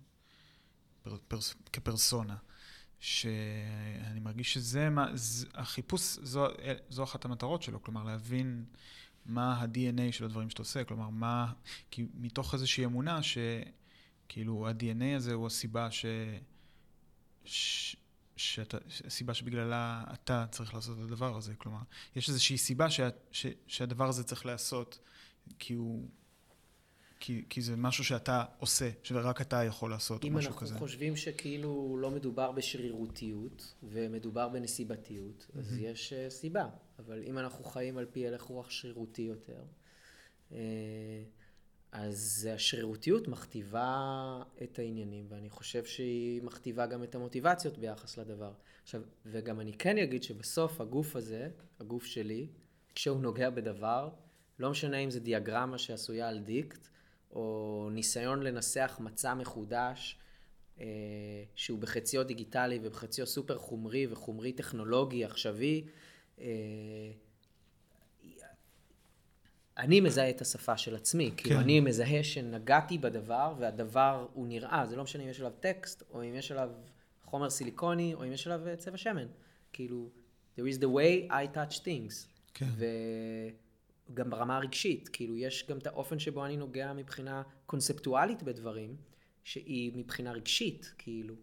כפרסונה. שאני מרגיש שזה, החיפוש זו אחת המטרות שלו, כלומר להבין מה ה-DNA של הדברים שאתה עושה, כלומר כי מתוך איזושהי אמונה שכאילו ה-DNA הזה הוא הסיבה הסיבה שבגללה אתה צריך לעשות את הדבר הזה, כלומר, יש איזושהי סיבה שהדבר הזה צריך לעשות, כי זה משהו שאתה עושה, שרק אתה יכול לעשות, או משהו כזה. אם אנחנו חושבים שכאילו לא מדובר בשרירותיות, ומדובר בנסיבתיות, אז יש סיבה. אבל אם אנחנו חיים על פי הלך רוח שרירותי יותר, אז השרירותיות מכתיבה את העניינים, ואני חושב שהיא מכתיבה גם את המוטיבציות ביחס לדבר. עכשיו, וגם אני כן אגיד שבסוף הגוף הזה, הגוף שלי, כשהוא נוגע בדבר, לא משנה אם זה דיאגרמה שעשויה על דיקט, או ניסיון לנסח מצע מחודש, שהוא בחציו דיגיטלי ובחציו סופר חומרי וחומרי טכנולוגי עכשווי, אני מזהה את השפה של עצמי, כאילו אני מזהה שנגעתי בדבר, והדבר הוא נראה, זה לא משנה אם יש עליו טקסט, או אם יש עליו חומר סיליקוני, או אם יש עליו צבע שמן. כאילו, there is the way I touch things. כן. וגם ברמה הרגשית, כאילו יש גם את האופן שבו אני נוגע מבחינה קונספטואלית בדברים, שהיא מבחינה רגשית, כאילו.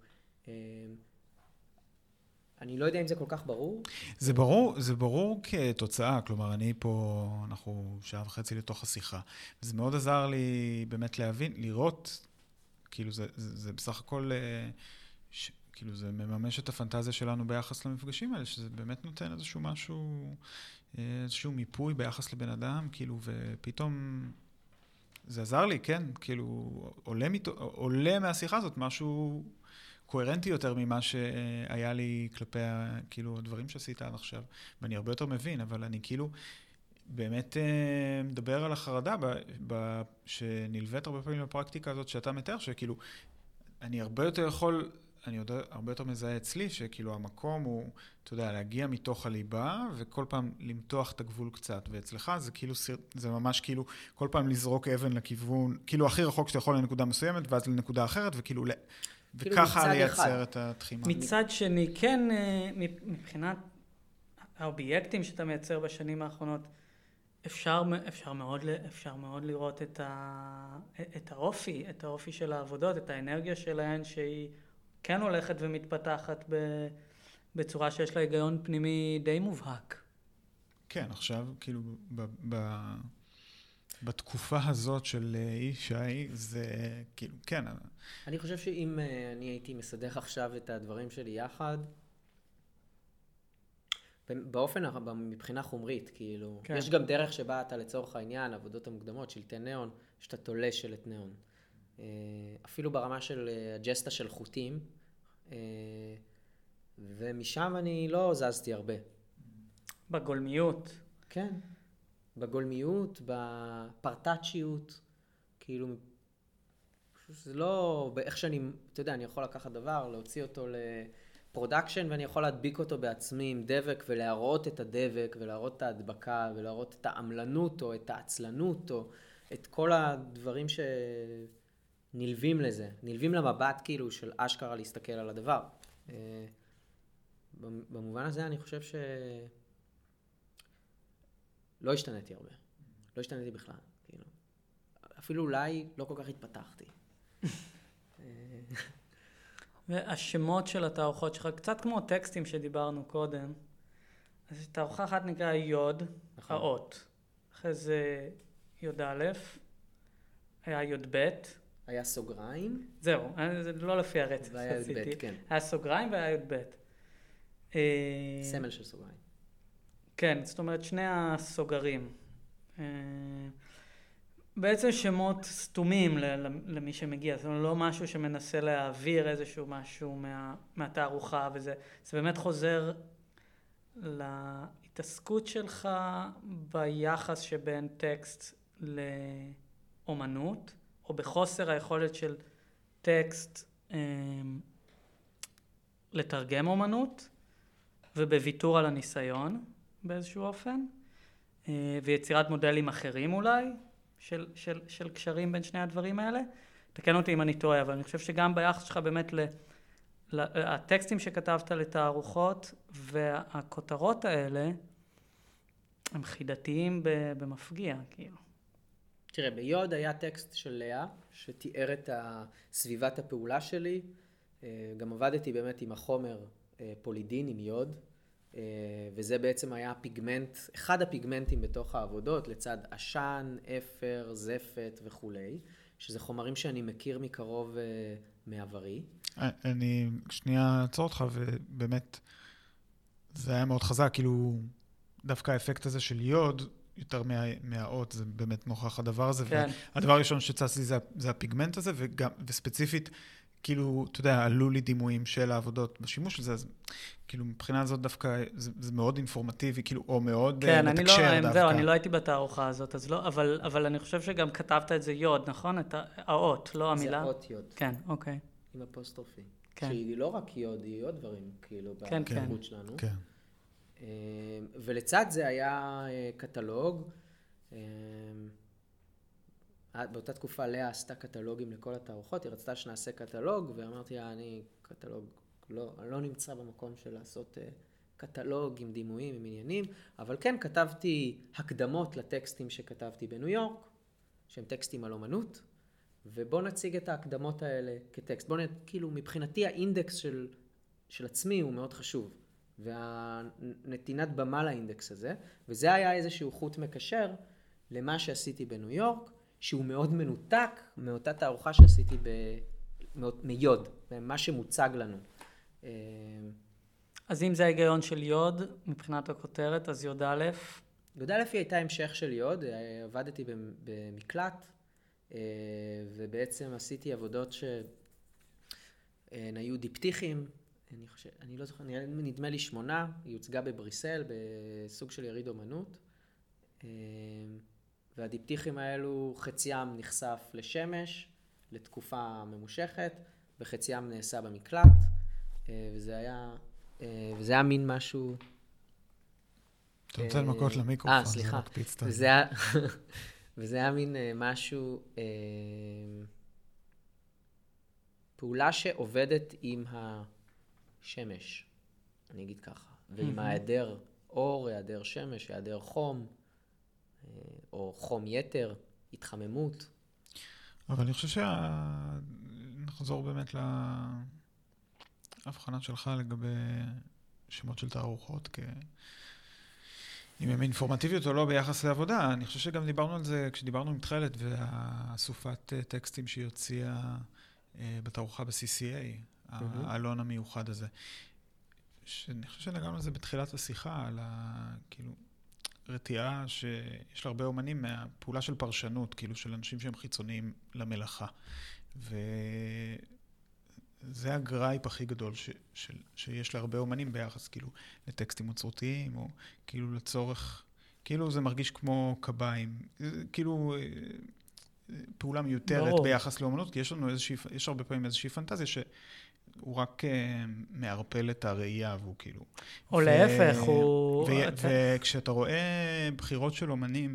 אני לא יודע אם זה כל כך ברור. זה ברור כתוצאה, כלומר, אני פה, אנחנו שעה וחצי לתוך השיחה, וזה מאוד עזר לי באמת להבין, לראות, כאילו זה בסך הכל, כאילו זה מממש את הפנטזיה שלנו ביחס למפגשים האלה, שזה באמת נותן איזשהו משהו, איזשהו מיפוי ביחס לבן אדם, כאילו, ופתאום זה עזר לי, כן, כאילו, עולה מהשיחה הזאת משהו קוהרנטי יותר ממה שהיה לי כלפי, כאילו, הדברים שעשית עד עכשיו, ואני הרבה יותר מבין, אבל אני כאילו באמת מדבר על החרדה שנלווית הרבה פעמים לפרקטיקה הזאת שאתה מתאר, שכאילו, אני הרבה יותר יכול, אני יודע, הרבה יותר מזהה אצלי, שכאילו המקום הוא, אתה יודע, להגיע מתוך הליבה, וכל פעם למתוח את הגבול קצת, ואצלך זה כאילו, זה ממש כאילו, כל פעם לזרוק אבן לכיוון, כאילו הכי רחוק שאתה יכול לנקודה מסוימת, ואז לנקודה אחרת, וכאילו, וככה לייצר את התחימה. מצד שני, כן, מבחינת האובייקטים שאתה מייצר בשנים האחרונות, אפשר מאוד לראות את האופי של העבודות, את האנרגיה שלהן, שהיא כן הולכת ומתפתחת בצורה שיש לה היגיון פנימי די מובהק. כן, עכשיו, כאילו, בתקופה הזאת של ישי, זה כאילו, כן. אני חושב שאם אני הייתי מסדר עכשיו את הדברים שלי יחד, באופן, מבחינה חומרית, כאילו, כן. יש גם דרך שבה אתה לצורך העניין, עבודות המוקדמות, שלטי ניאון, שאתה תולה שלט ניאון. אפילו ברמה של הג'סטה של חוטים, ומשם אני לא זזתי הרבה. בגולמיות. כן. בגולמיות, בפרטאצ'יות, כאילו, זה לא, באיך שאני, אתה יודע, אני יכול לקחת דבר, להוציא אותו לפרודקשן, ואני יכול להדביק אותו בעצמי עם דבק, ולהראות את הדבק, ולהראות את ההדבקה, ולהראות את העמלנות, או את העצלנות, או את כל הדברים שנלווים לזה, נלווים למבט כאילו של אשכרה להסתכל על הדבר. במובן הזה אני חושב לא השתניתי הרבה. לא השתניתי בכלל. כאילו. אפילו אולי לא כל כך התפתחתי. והשמות של התערוכות שלך, קצת כמו טקסטים שדיברנו קודם, אז תערוכה אחת נקרא יוד, נכון. האות. אחרי זה יוד א', היה יוד ב'. היה סוגריים. זהו, זה לא לפי הרצף. והיה יוד ב', כן. היה סוגריים והיה יוד ב'. סמל של סוגריים. כן, זאת אומרת, שני הסוגרים. בעצם שמות סתומים למי שמגיע, זאת אומרת, לא משהו שמנסה להעביר איזשהו משהו מהתערוכה, וזה באמת חוזר להתעסקות שלך ביחס שבין טקסט לאומנות, או בחוסר היכולת של טקסט לתרגם אומנות, ובוויתור על הניסיון באיזשהו אופן, ויצירת מודלים אחרים אולי, של קשרים בין שני הדברים האלה. תקן אותי אם אני טועה, אבל אני חושב שגם ביחס שלך באמת הטקסטים שכתבת לתערוכות והכותרות האלה הם חידתיים במפגיע, כאילו. תראה, ביוד היה טקסט של לאה שתיאר את סביבת הפעולה שלי. גם עבדתי באמת עם החומר פולידין, עם יוד, וזה בעצם היה פיגמנט, אחד הפיגמנטים בתוך העבודות, לצד עשן, אפר, זפת וכולי, שזה חומרים שאני מכיר מקרוב מעברי. אני שנייה אעצור אותך, ובאמת זה היה מאוד חזק, כאילו דווקא האפקט הזה של יוד, יותר מהאות, זה באמת נוכח הדבר הזה, כן. והדבר הראשון שצצתי זה הפיגמנט הזה, וספציפית, כאילו, אתה יודע, עלו לי דימויים של העבודות בשימוש של זה, אז כאילו מבחינה הזאת דווקא זה מאוד אינפורמטיבי, כאילו, או מאוד כן, מתקשר דווקא. זהו, אני לא הייתי בתערוכה הזאת, אז לא, אבל אני חושב שגם כתבת את זה יוד, נכון? את האות, לא המילה? זה אות יוד. כן, אוקיי. עם אפוסטרופי. כן. שהיא לא רק יוד, היא עוד דברים, כאילו, כן, בהתפתחות שלנו. כן. ולצד זה היה קטלוג. באותה תקופה לאה עשתה קטלוגים לכל התערוכות, היא רצתה שנעשה קטלוג, ואמרתי לה, אני קטלוג, אני לא נמצא במקום של לעשות קטלוג עם דימויים, עם עניינים, אבל כן כתבתי הקדמות לטקסטים שכתבתי בניו יורק, שהם טקסטים על אומנות, ובוא נציג את ההקדמות האלה כטקסט. כאילו מבחינתי האינדקס של עצמי הוא מאוד חשוב, והנתינת במה לאינדקס הזה, וזה היה איזשהו חוט מקשר למה שעשיתי בניו יורק, שהוא מאוד מנותק מאותה תערוכה שעשיתי מיוד, מה שמוצג לנו. אז אם זה ההיגיון של יוד, מבחינת הכותרת, אז יוד א'? יוד א' היא הייתה המשך של יוד, עבדתי במקלט, ובעצם עשיתי עבודות שהיו דיפטיכים, אני לא זוכר, נדמה לי 8, היא הוצגה בבריסל, בסוג של יריד אומנות, והדיפטיכים האלו, חציים נחשף לשמש, לתקופה ממושכת, וחציים נעשה במקלט, וזה היה מין משהו... אתה רוצה למכות למיקרופון, סליחה. זה מקפיץ את וזה היה מין משהו, פעולה שעובדת עם השמש, אני אגיד ככה, ועם ההיעדר אור, היעדר שמש, היעדר חום, או חום יתר, התחממות. אבל אני חושב נחזור באמת להבחנה שלך לגבי שמות של תערוכות, אם הם אינפורמטיביות או לא ביחס לעבודה. אני חושב שגם דיברנו על זה כשדיברנו עם תחלת, והסופת טקסטים שהיא הוציאה בתערוכה ב-CCA, האלון המיוחד הזה. אני חושב שנגענו על זה בתחילת השיחה, על כאילו... רתיעה שיש לה הרבה אומנים מהפעולה של פרשנות, כאילו של אנשים שהם חיצוניים למלאכה. וזה הגרייפ הכי גדול שיש להרבה אומנים ביחס, כאילו, לטקסטים אוצרותיים, או כאילו לצורך, כאילו זה מרגיש כמו קביים, כאילו פעולה מיותרת ביחס לאומנות, כי יש הרבה פעמים איזושהי פנטזיה הוא רק מערפל את הראייה, והוא כאילו... או להפך, הוא... וכשאתה רואה בחירות של אומנים,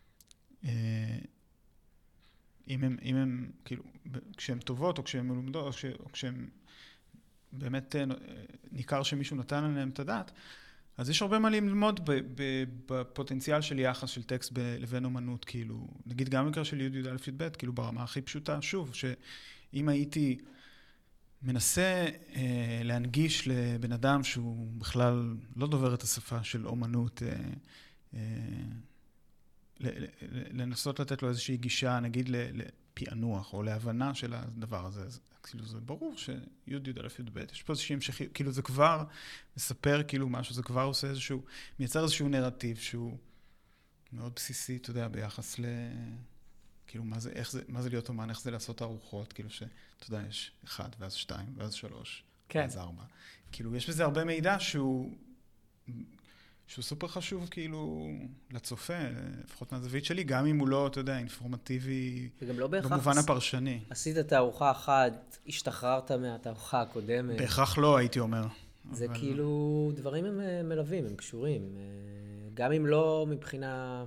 אם הם, כאילו, כשהן טובות, או כשהן מלומדות, או כשהן באמת ניכר שמישהו נתן עליהם את הדעת, אז יש הרבה מה ללמוד בפוטנציאל של יחס של טקסט לבין אומנות, כאילו, נגיד גם במקרה של י' א' י' ב', כאילו ברמה הכי פשוטה, שוב, שאם הייתי... מנסה להנגיש לבן אדם שהוא בכלל לא דובר את השפה של אומנות, לנסות לתת לו איזושהי גישה, נגיד לפענוח או להבנה של הדבר הזה. אז כאילו זה ברור שי' י' א' י' ב', יש פה איזושהי המשכיות, כאילו זה כבר מספר כאילו משהו, זה כבר עושה איזשהו, מייצר איזשהו נרטיב שהוא מאוד בסיסי, אתה יודע, ביחס ל... כאילו מה זה להיות אומן, איך זה לעשות ארוחות, כאילו שאתה יודע, יש 1 ואז 2 ואז 3 ואז 4. כאילו יש בזה הרבה מידע שהוא סופר חשוב כאילו לצופה, לפחות מהזווית שלי, גם אם הוא לא, אתה יודע, אינפורמטיבי, וגם לא בהכרח במובן הפרשני. עשית תערוכה אחת, השתחררת מהתערוכה הקודמת. בהכרח לא, הייתי אומר. זה כאילו, דברים הם מלווים, הם קשורים. גם אם לא מבחינה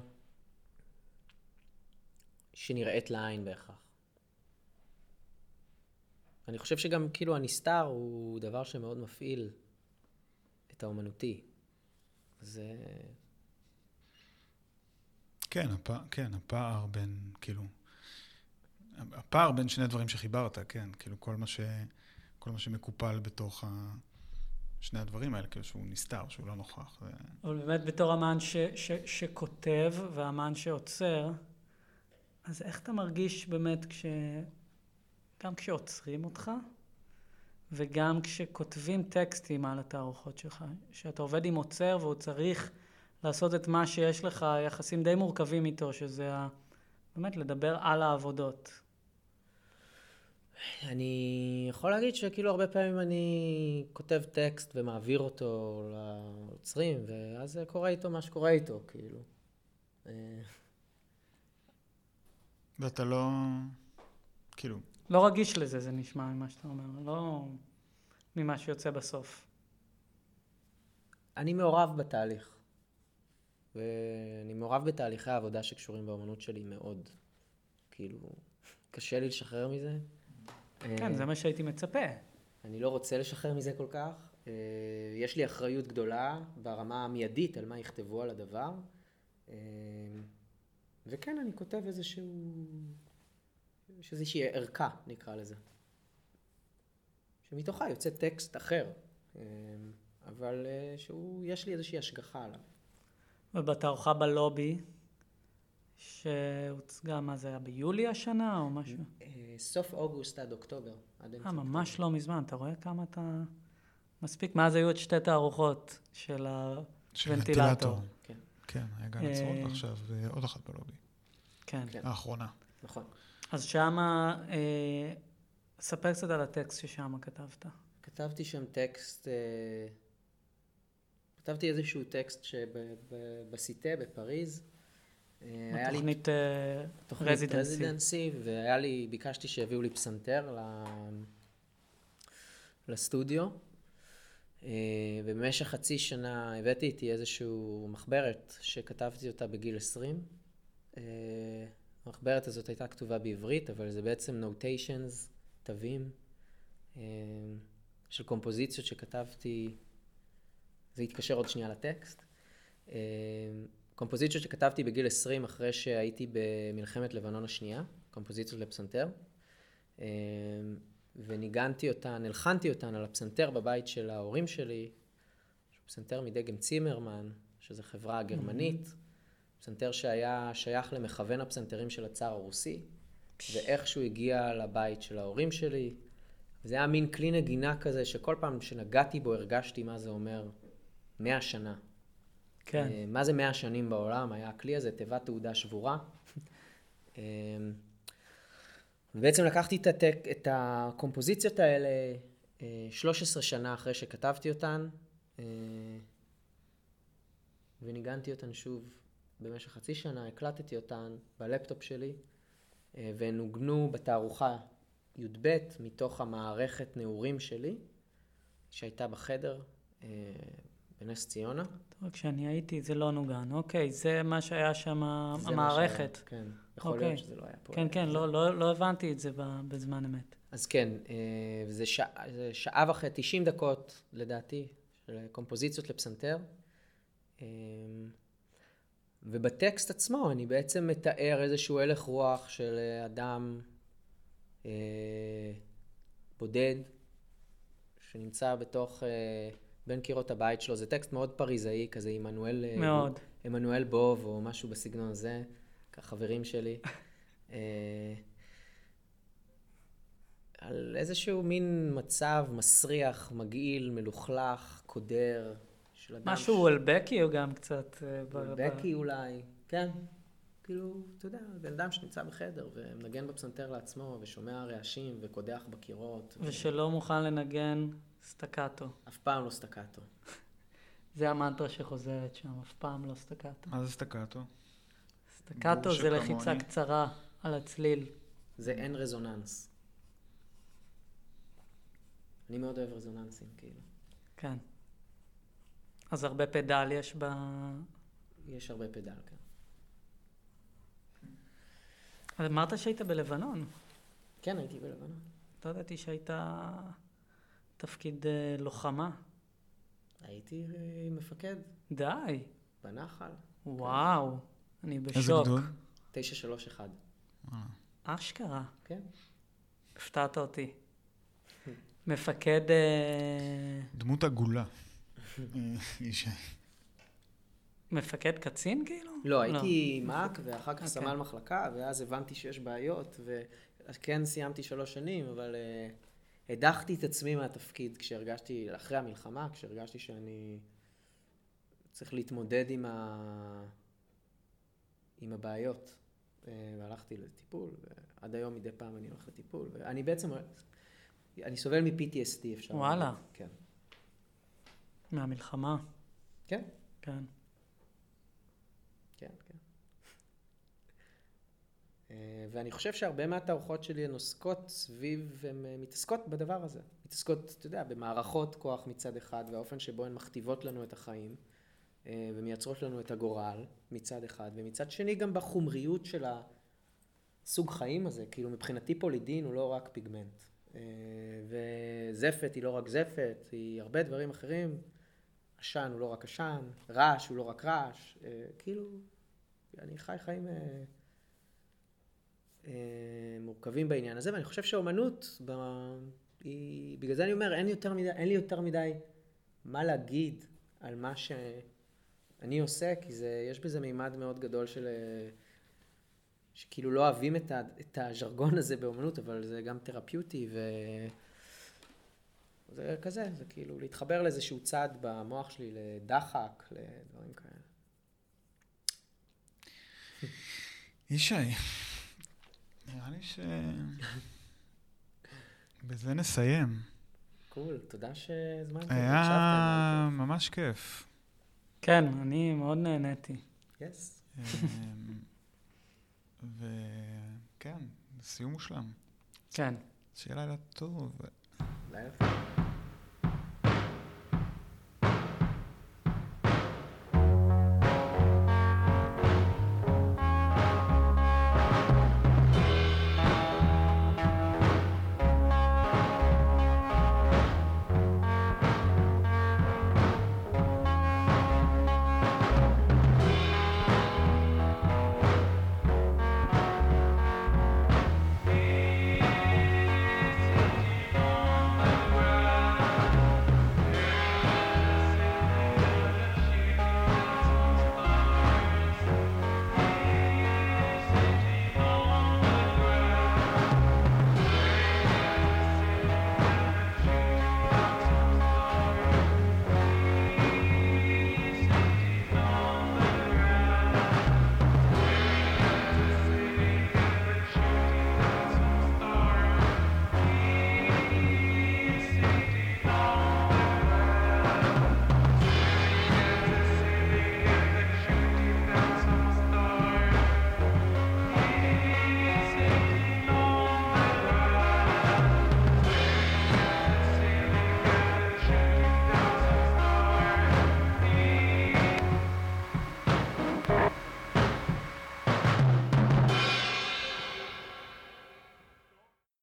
שנראית לעין בהכרח. אני חושב שגם כאילו הנסתר הוא דבר שמאוד מפעיל את האומנותי. זה... כן, הפער בין, כאילו, הפער בין שני דברים שחיברת, כן, כאילו כל מה שמקופל בתוך שני הדברים האלה, כאילו שהוא נסתר, שהוא לא נוכח. אבל באמת בתור אמן שכותב ואמן שעוצר, אז איך אתה מרגיש באמת גם כשעוצרים אותך, וגם כשכותבים טקסטים על התערוכות שלך, שאתה עובד עם עוצר והוא צריך לעשות את מה שיש לך, יחסים די מורכבים איתו, שזה באמת לדבר על העבודות. אני יכול להגיד שכאילו הרבה פעמים אני כותב טקסט ומעביר אותו לעוצרים, ואז קורה איתו מה שקורה איתו, כאילו. ואתה לא, כאילו... לא רגיש לזה, זה נשמע ממה שאתה אומר, לא ממה שיוצא בסוף. אני מעורב בתהליך, ואני מעורב בתהליכי העבודה שקשורים באמנות שלי מאוד. כאילו, קשה לי לשחרר מזה. כן, זה מה שהייתי מצפה. אני לא רוצה לשחרר מזה כל כך. יש לי אחריות גדולה ברמה המיידית על מה יכתבו על הדבר. וכן, אני כותב איזושהי ערכה, נקרא לזה. שמתוכה יוצא טקסט אחר, אבל יש לי איזושהי השגחה עליו. ובתערוכה בלובי, שהוצגה, מה זה היה, ביולי השנה או משהו? סוף אוגוסט עד אוקטובר. ממש לא מזמן, אתה רואה כמה אתה... מספיק, מאז היו את 2 תערוכות של הוונטילטור. כן, היה גן עצרות ועכשיו עוד אחת בלובי. כן. האחרונה. נכון. אז שמה, ספר קצת על הטקסט ששמה כתבת. כתבתי שם טקסט, כתבתי איזשהו טקסט שבסיטה בפריז. תוכנית רזידנסי. ביקשתי שהביאו לי פסנתר לסטודיו. ובמשך חצי שנה הבאתי איתי איזשהו מחברת שכתבתי אותה בגיל 20. המחברת הזאת הייתה כתובה בעברית, אבל זה בעצם נוטיישנס, תווים, של קומפוזיציות שכתבתי, זה התקשר עוד שנייה לטקסט. קומפוזיציות שכתבתי בגיל 20 אחרי שהייתי במלחמת לבנון השנייה, קומפוזיציות לפסנתר, וניגנתי אותן, הלחנתי אותן על הפסנתר בבית של ההורים שלי, פסנתר מדגם צימרמן, שזו חברה גרמנית, פסנתר שהיה שייך למכוון הפסנתרים של הצאר הרוסי, ואיכשהו הגיע לבית של ההורים שלי. זה היה מין כלי נגינה כזה, שכל פעם שנגעתי בו הרגשתי מה זה אומר 100 שנה. כן. מה זה 100 שנים בעולם? היה הכלי הזה, תיבת תעודה שבורה. ובעצם לקחתי את הקומפוזיציות האלה 13 שנה אחרי שכתבתי אותן, וניגנתי אותן שוב במשך חצי שנה, הקלטתי אותן בלפטופ שלי, ונוגנו בתערוכה י"ב מתוך המערכת נעורים שלי, שהייתה בחדר בנס ציונה. טוב, כשאני הייתי זה לא נוגן, אוקיי, זה מה שהיה שם המערכת. כן, יכול להיות שזה לא היה פה. כן, כן, לא הבנתי את זה בזמן אמת. אז כן, זה שעה וחצי, 90 דקות לדעתי, של קומפוזיציות לפסנתר. ובטקסט עצמו אני בעצם מתאר איזשהו הלך רוח של אדם בודד, שנמצא בתוך, בין קירות הבית שלו. זה טקסט מאוד פריזאי, כזה עמנואל בוב או משהו בסגנון הזה, כחברים שלי. על איזשהו מין מצב מסריח, מגעיל, מלוכלך, קודר, של אדם... משהו וולבקי או גם קצת... וולבקי אולי, כן. כאילו, אתה יודע, בן אדם שנמצא בחדר ומנגן בפסנתר לעצמו ושומע רעשים וקודח בקירות. ושלא מוכן לנגן סטקטו. אף פעם לא סטקטו. זה המנטרה שחוזרת שם, אף פעם לא סטקטו. מה זה סטקטו? סטקטו זה לחיצה קצרה על הצליל. זה אין רזוננס. אני מאוד אוהב רזוננסים, כאילו. כן. אז הרבה פדל יש ב... יש הרבה פדל, כן. אז אמרת שהיית בלבנון. כן, הייתי בלבנון. לא ידעתי שהיית תפקיד לוחמה. הייתי מפקד. די. בנחל. וואו, אני בשוק. איזה גדול? 931. אשכרה. כן. הפתעת אותי. מפקד... דמות עגולה. ישי. מפקד קצין כאילו? לא, הייתי מאק ואחר כך סמל מחלקה, ואז הבנתי שיש בעיות, וכן סיימתי 3 שנים, אבל הדחתי את עצמי מהתפקיד כשהרגשתי, אחרי המלחמה, כשהרגשתי שאני צריך להתמודד עם הבעיות. והלכתי לטיפול, ועד היום מדי פעם אני הולך לטיפול, ואני בעצם, אני סובל מ-PTSD, אפשר להגיד. וואלה. כן. מהמלחמה. כן. כן. כן, כן. ואני חושב שהרבה מהתערוכות שלי הן עוסקות סביב, הן מתעסקות בדבר הזה. מתעסקות, אתה יודע, במערכות כוח מצד אחד, והאופן שבו הן מכתיבות לנו את החיים, ומייצרות לנו את הגורל מצד אחד, ומצד שני גם בחומריות של הסוג חיים הזה. כאילו מבחינתי פולידין הוא לא רק פיגמנט. וזפת היא לא רק זפת, היא הרבה דברים אחרים. עשן הוא לא רק עשן, רעש הוא לא רק רעש. כאילו, אני חי חיים מורכבים בעניין הזה, ואני חושב שהאומנות, בגלל זה אני אומר, אין לי יותר מדי מה להגיד על מה שאני עושה, כי יש בזה מימד מאוד גדול שכאילו לא אוהבים את הז'רגון הזה באומנות, אבל זה גם תרפיוטי, זה כזה, זה כאילו להתחבר לאיזשהו צד במוח שלי, לדחק, לדברים כאלה. ישי, נראה לי בזה נסיים. קול, תודה שהזמנתם. היה ממש כיף. כן, אני מאוד נהניתי. יס. וכן, סיום מושלם. כן. שיהיה לילה טוב. לילה טוב.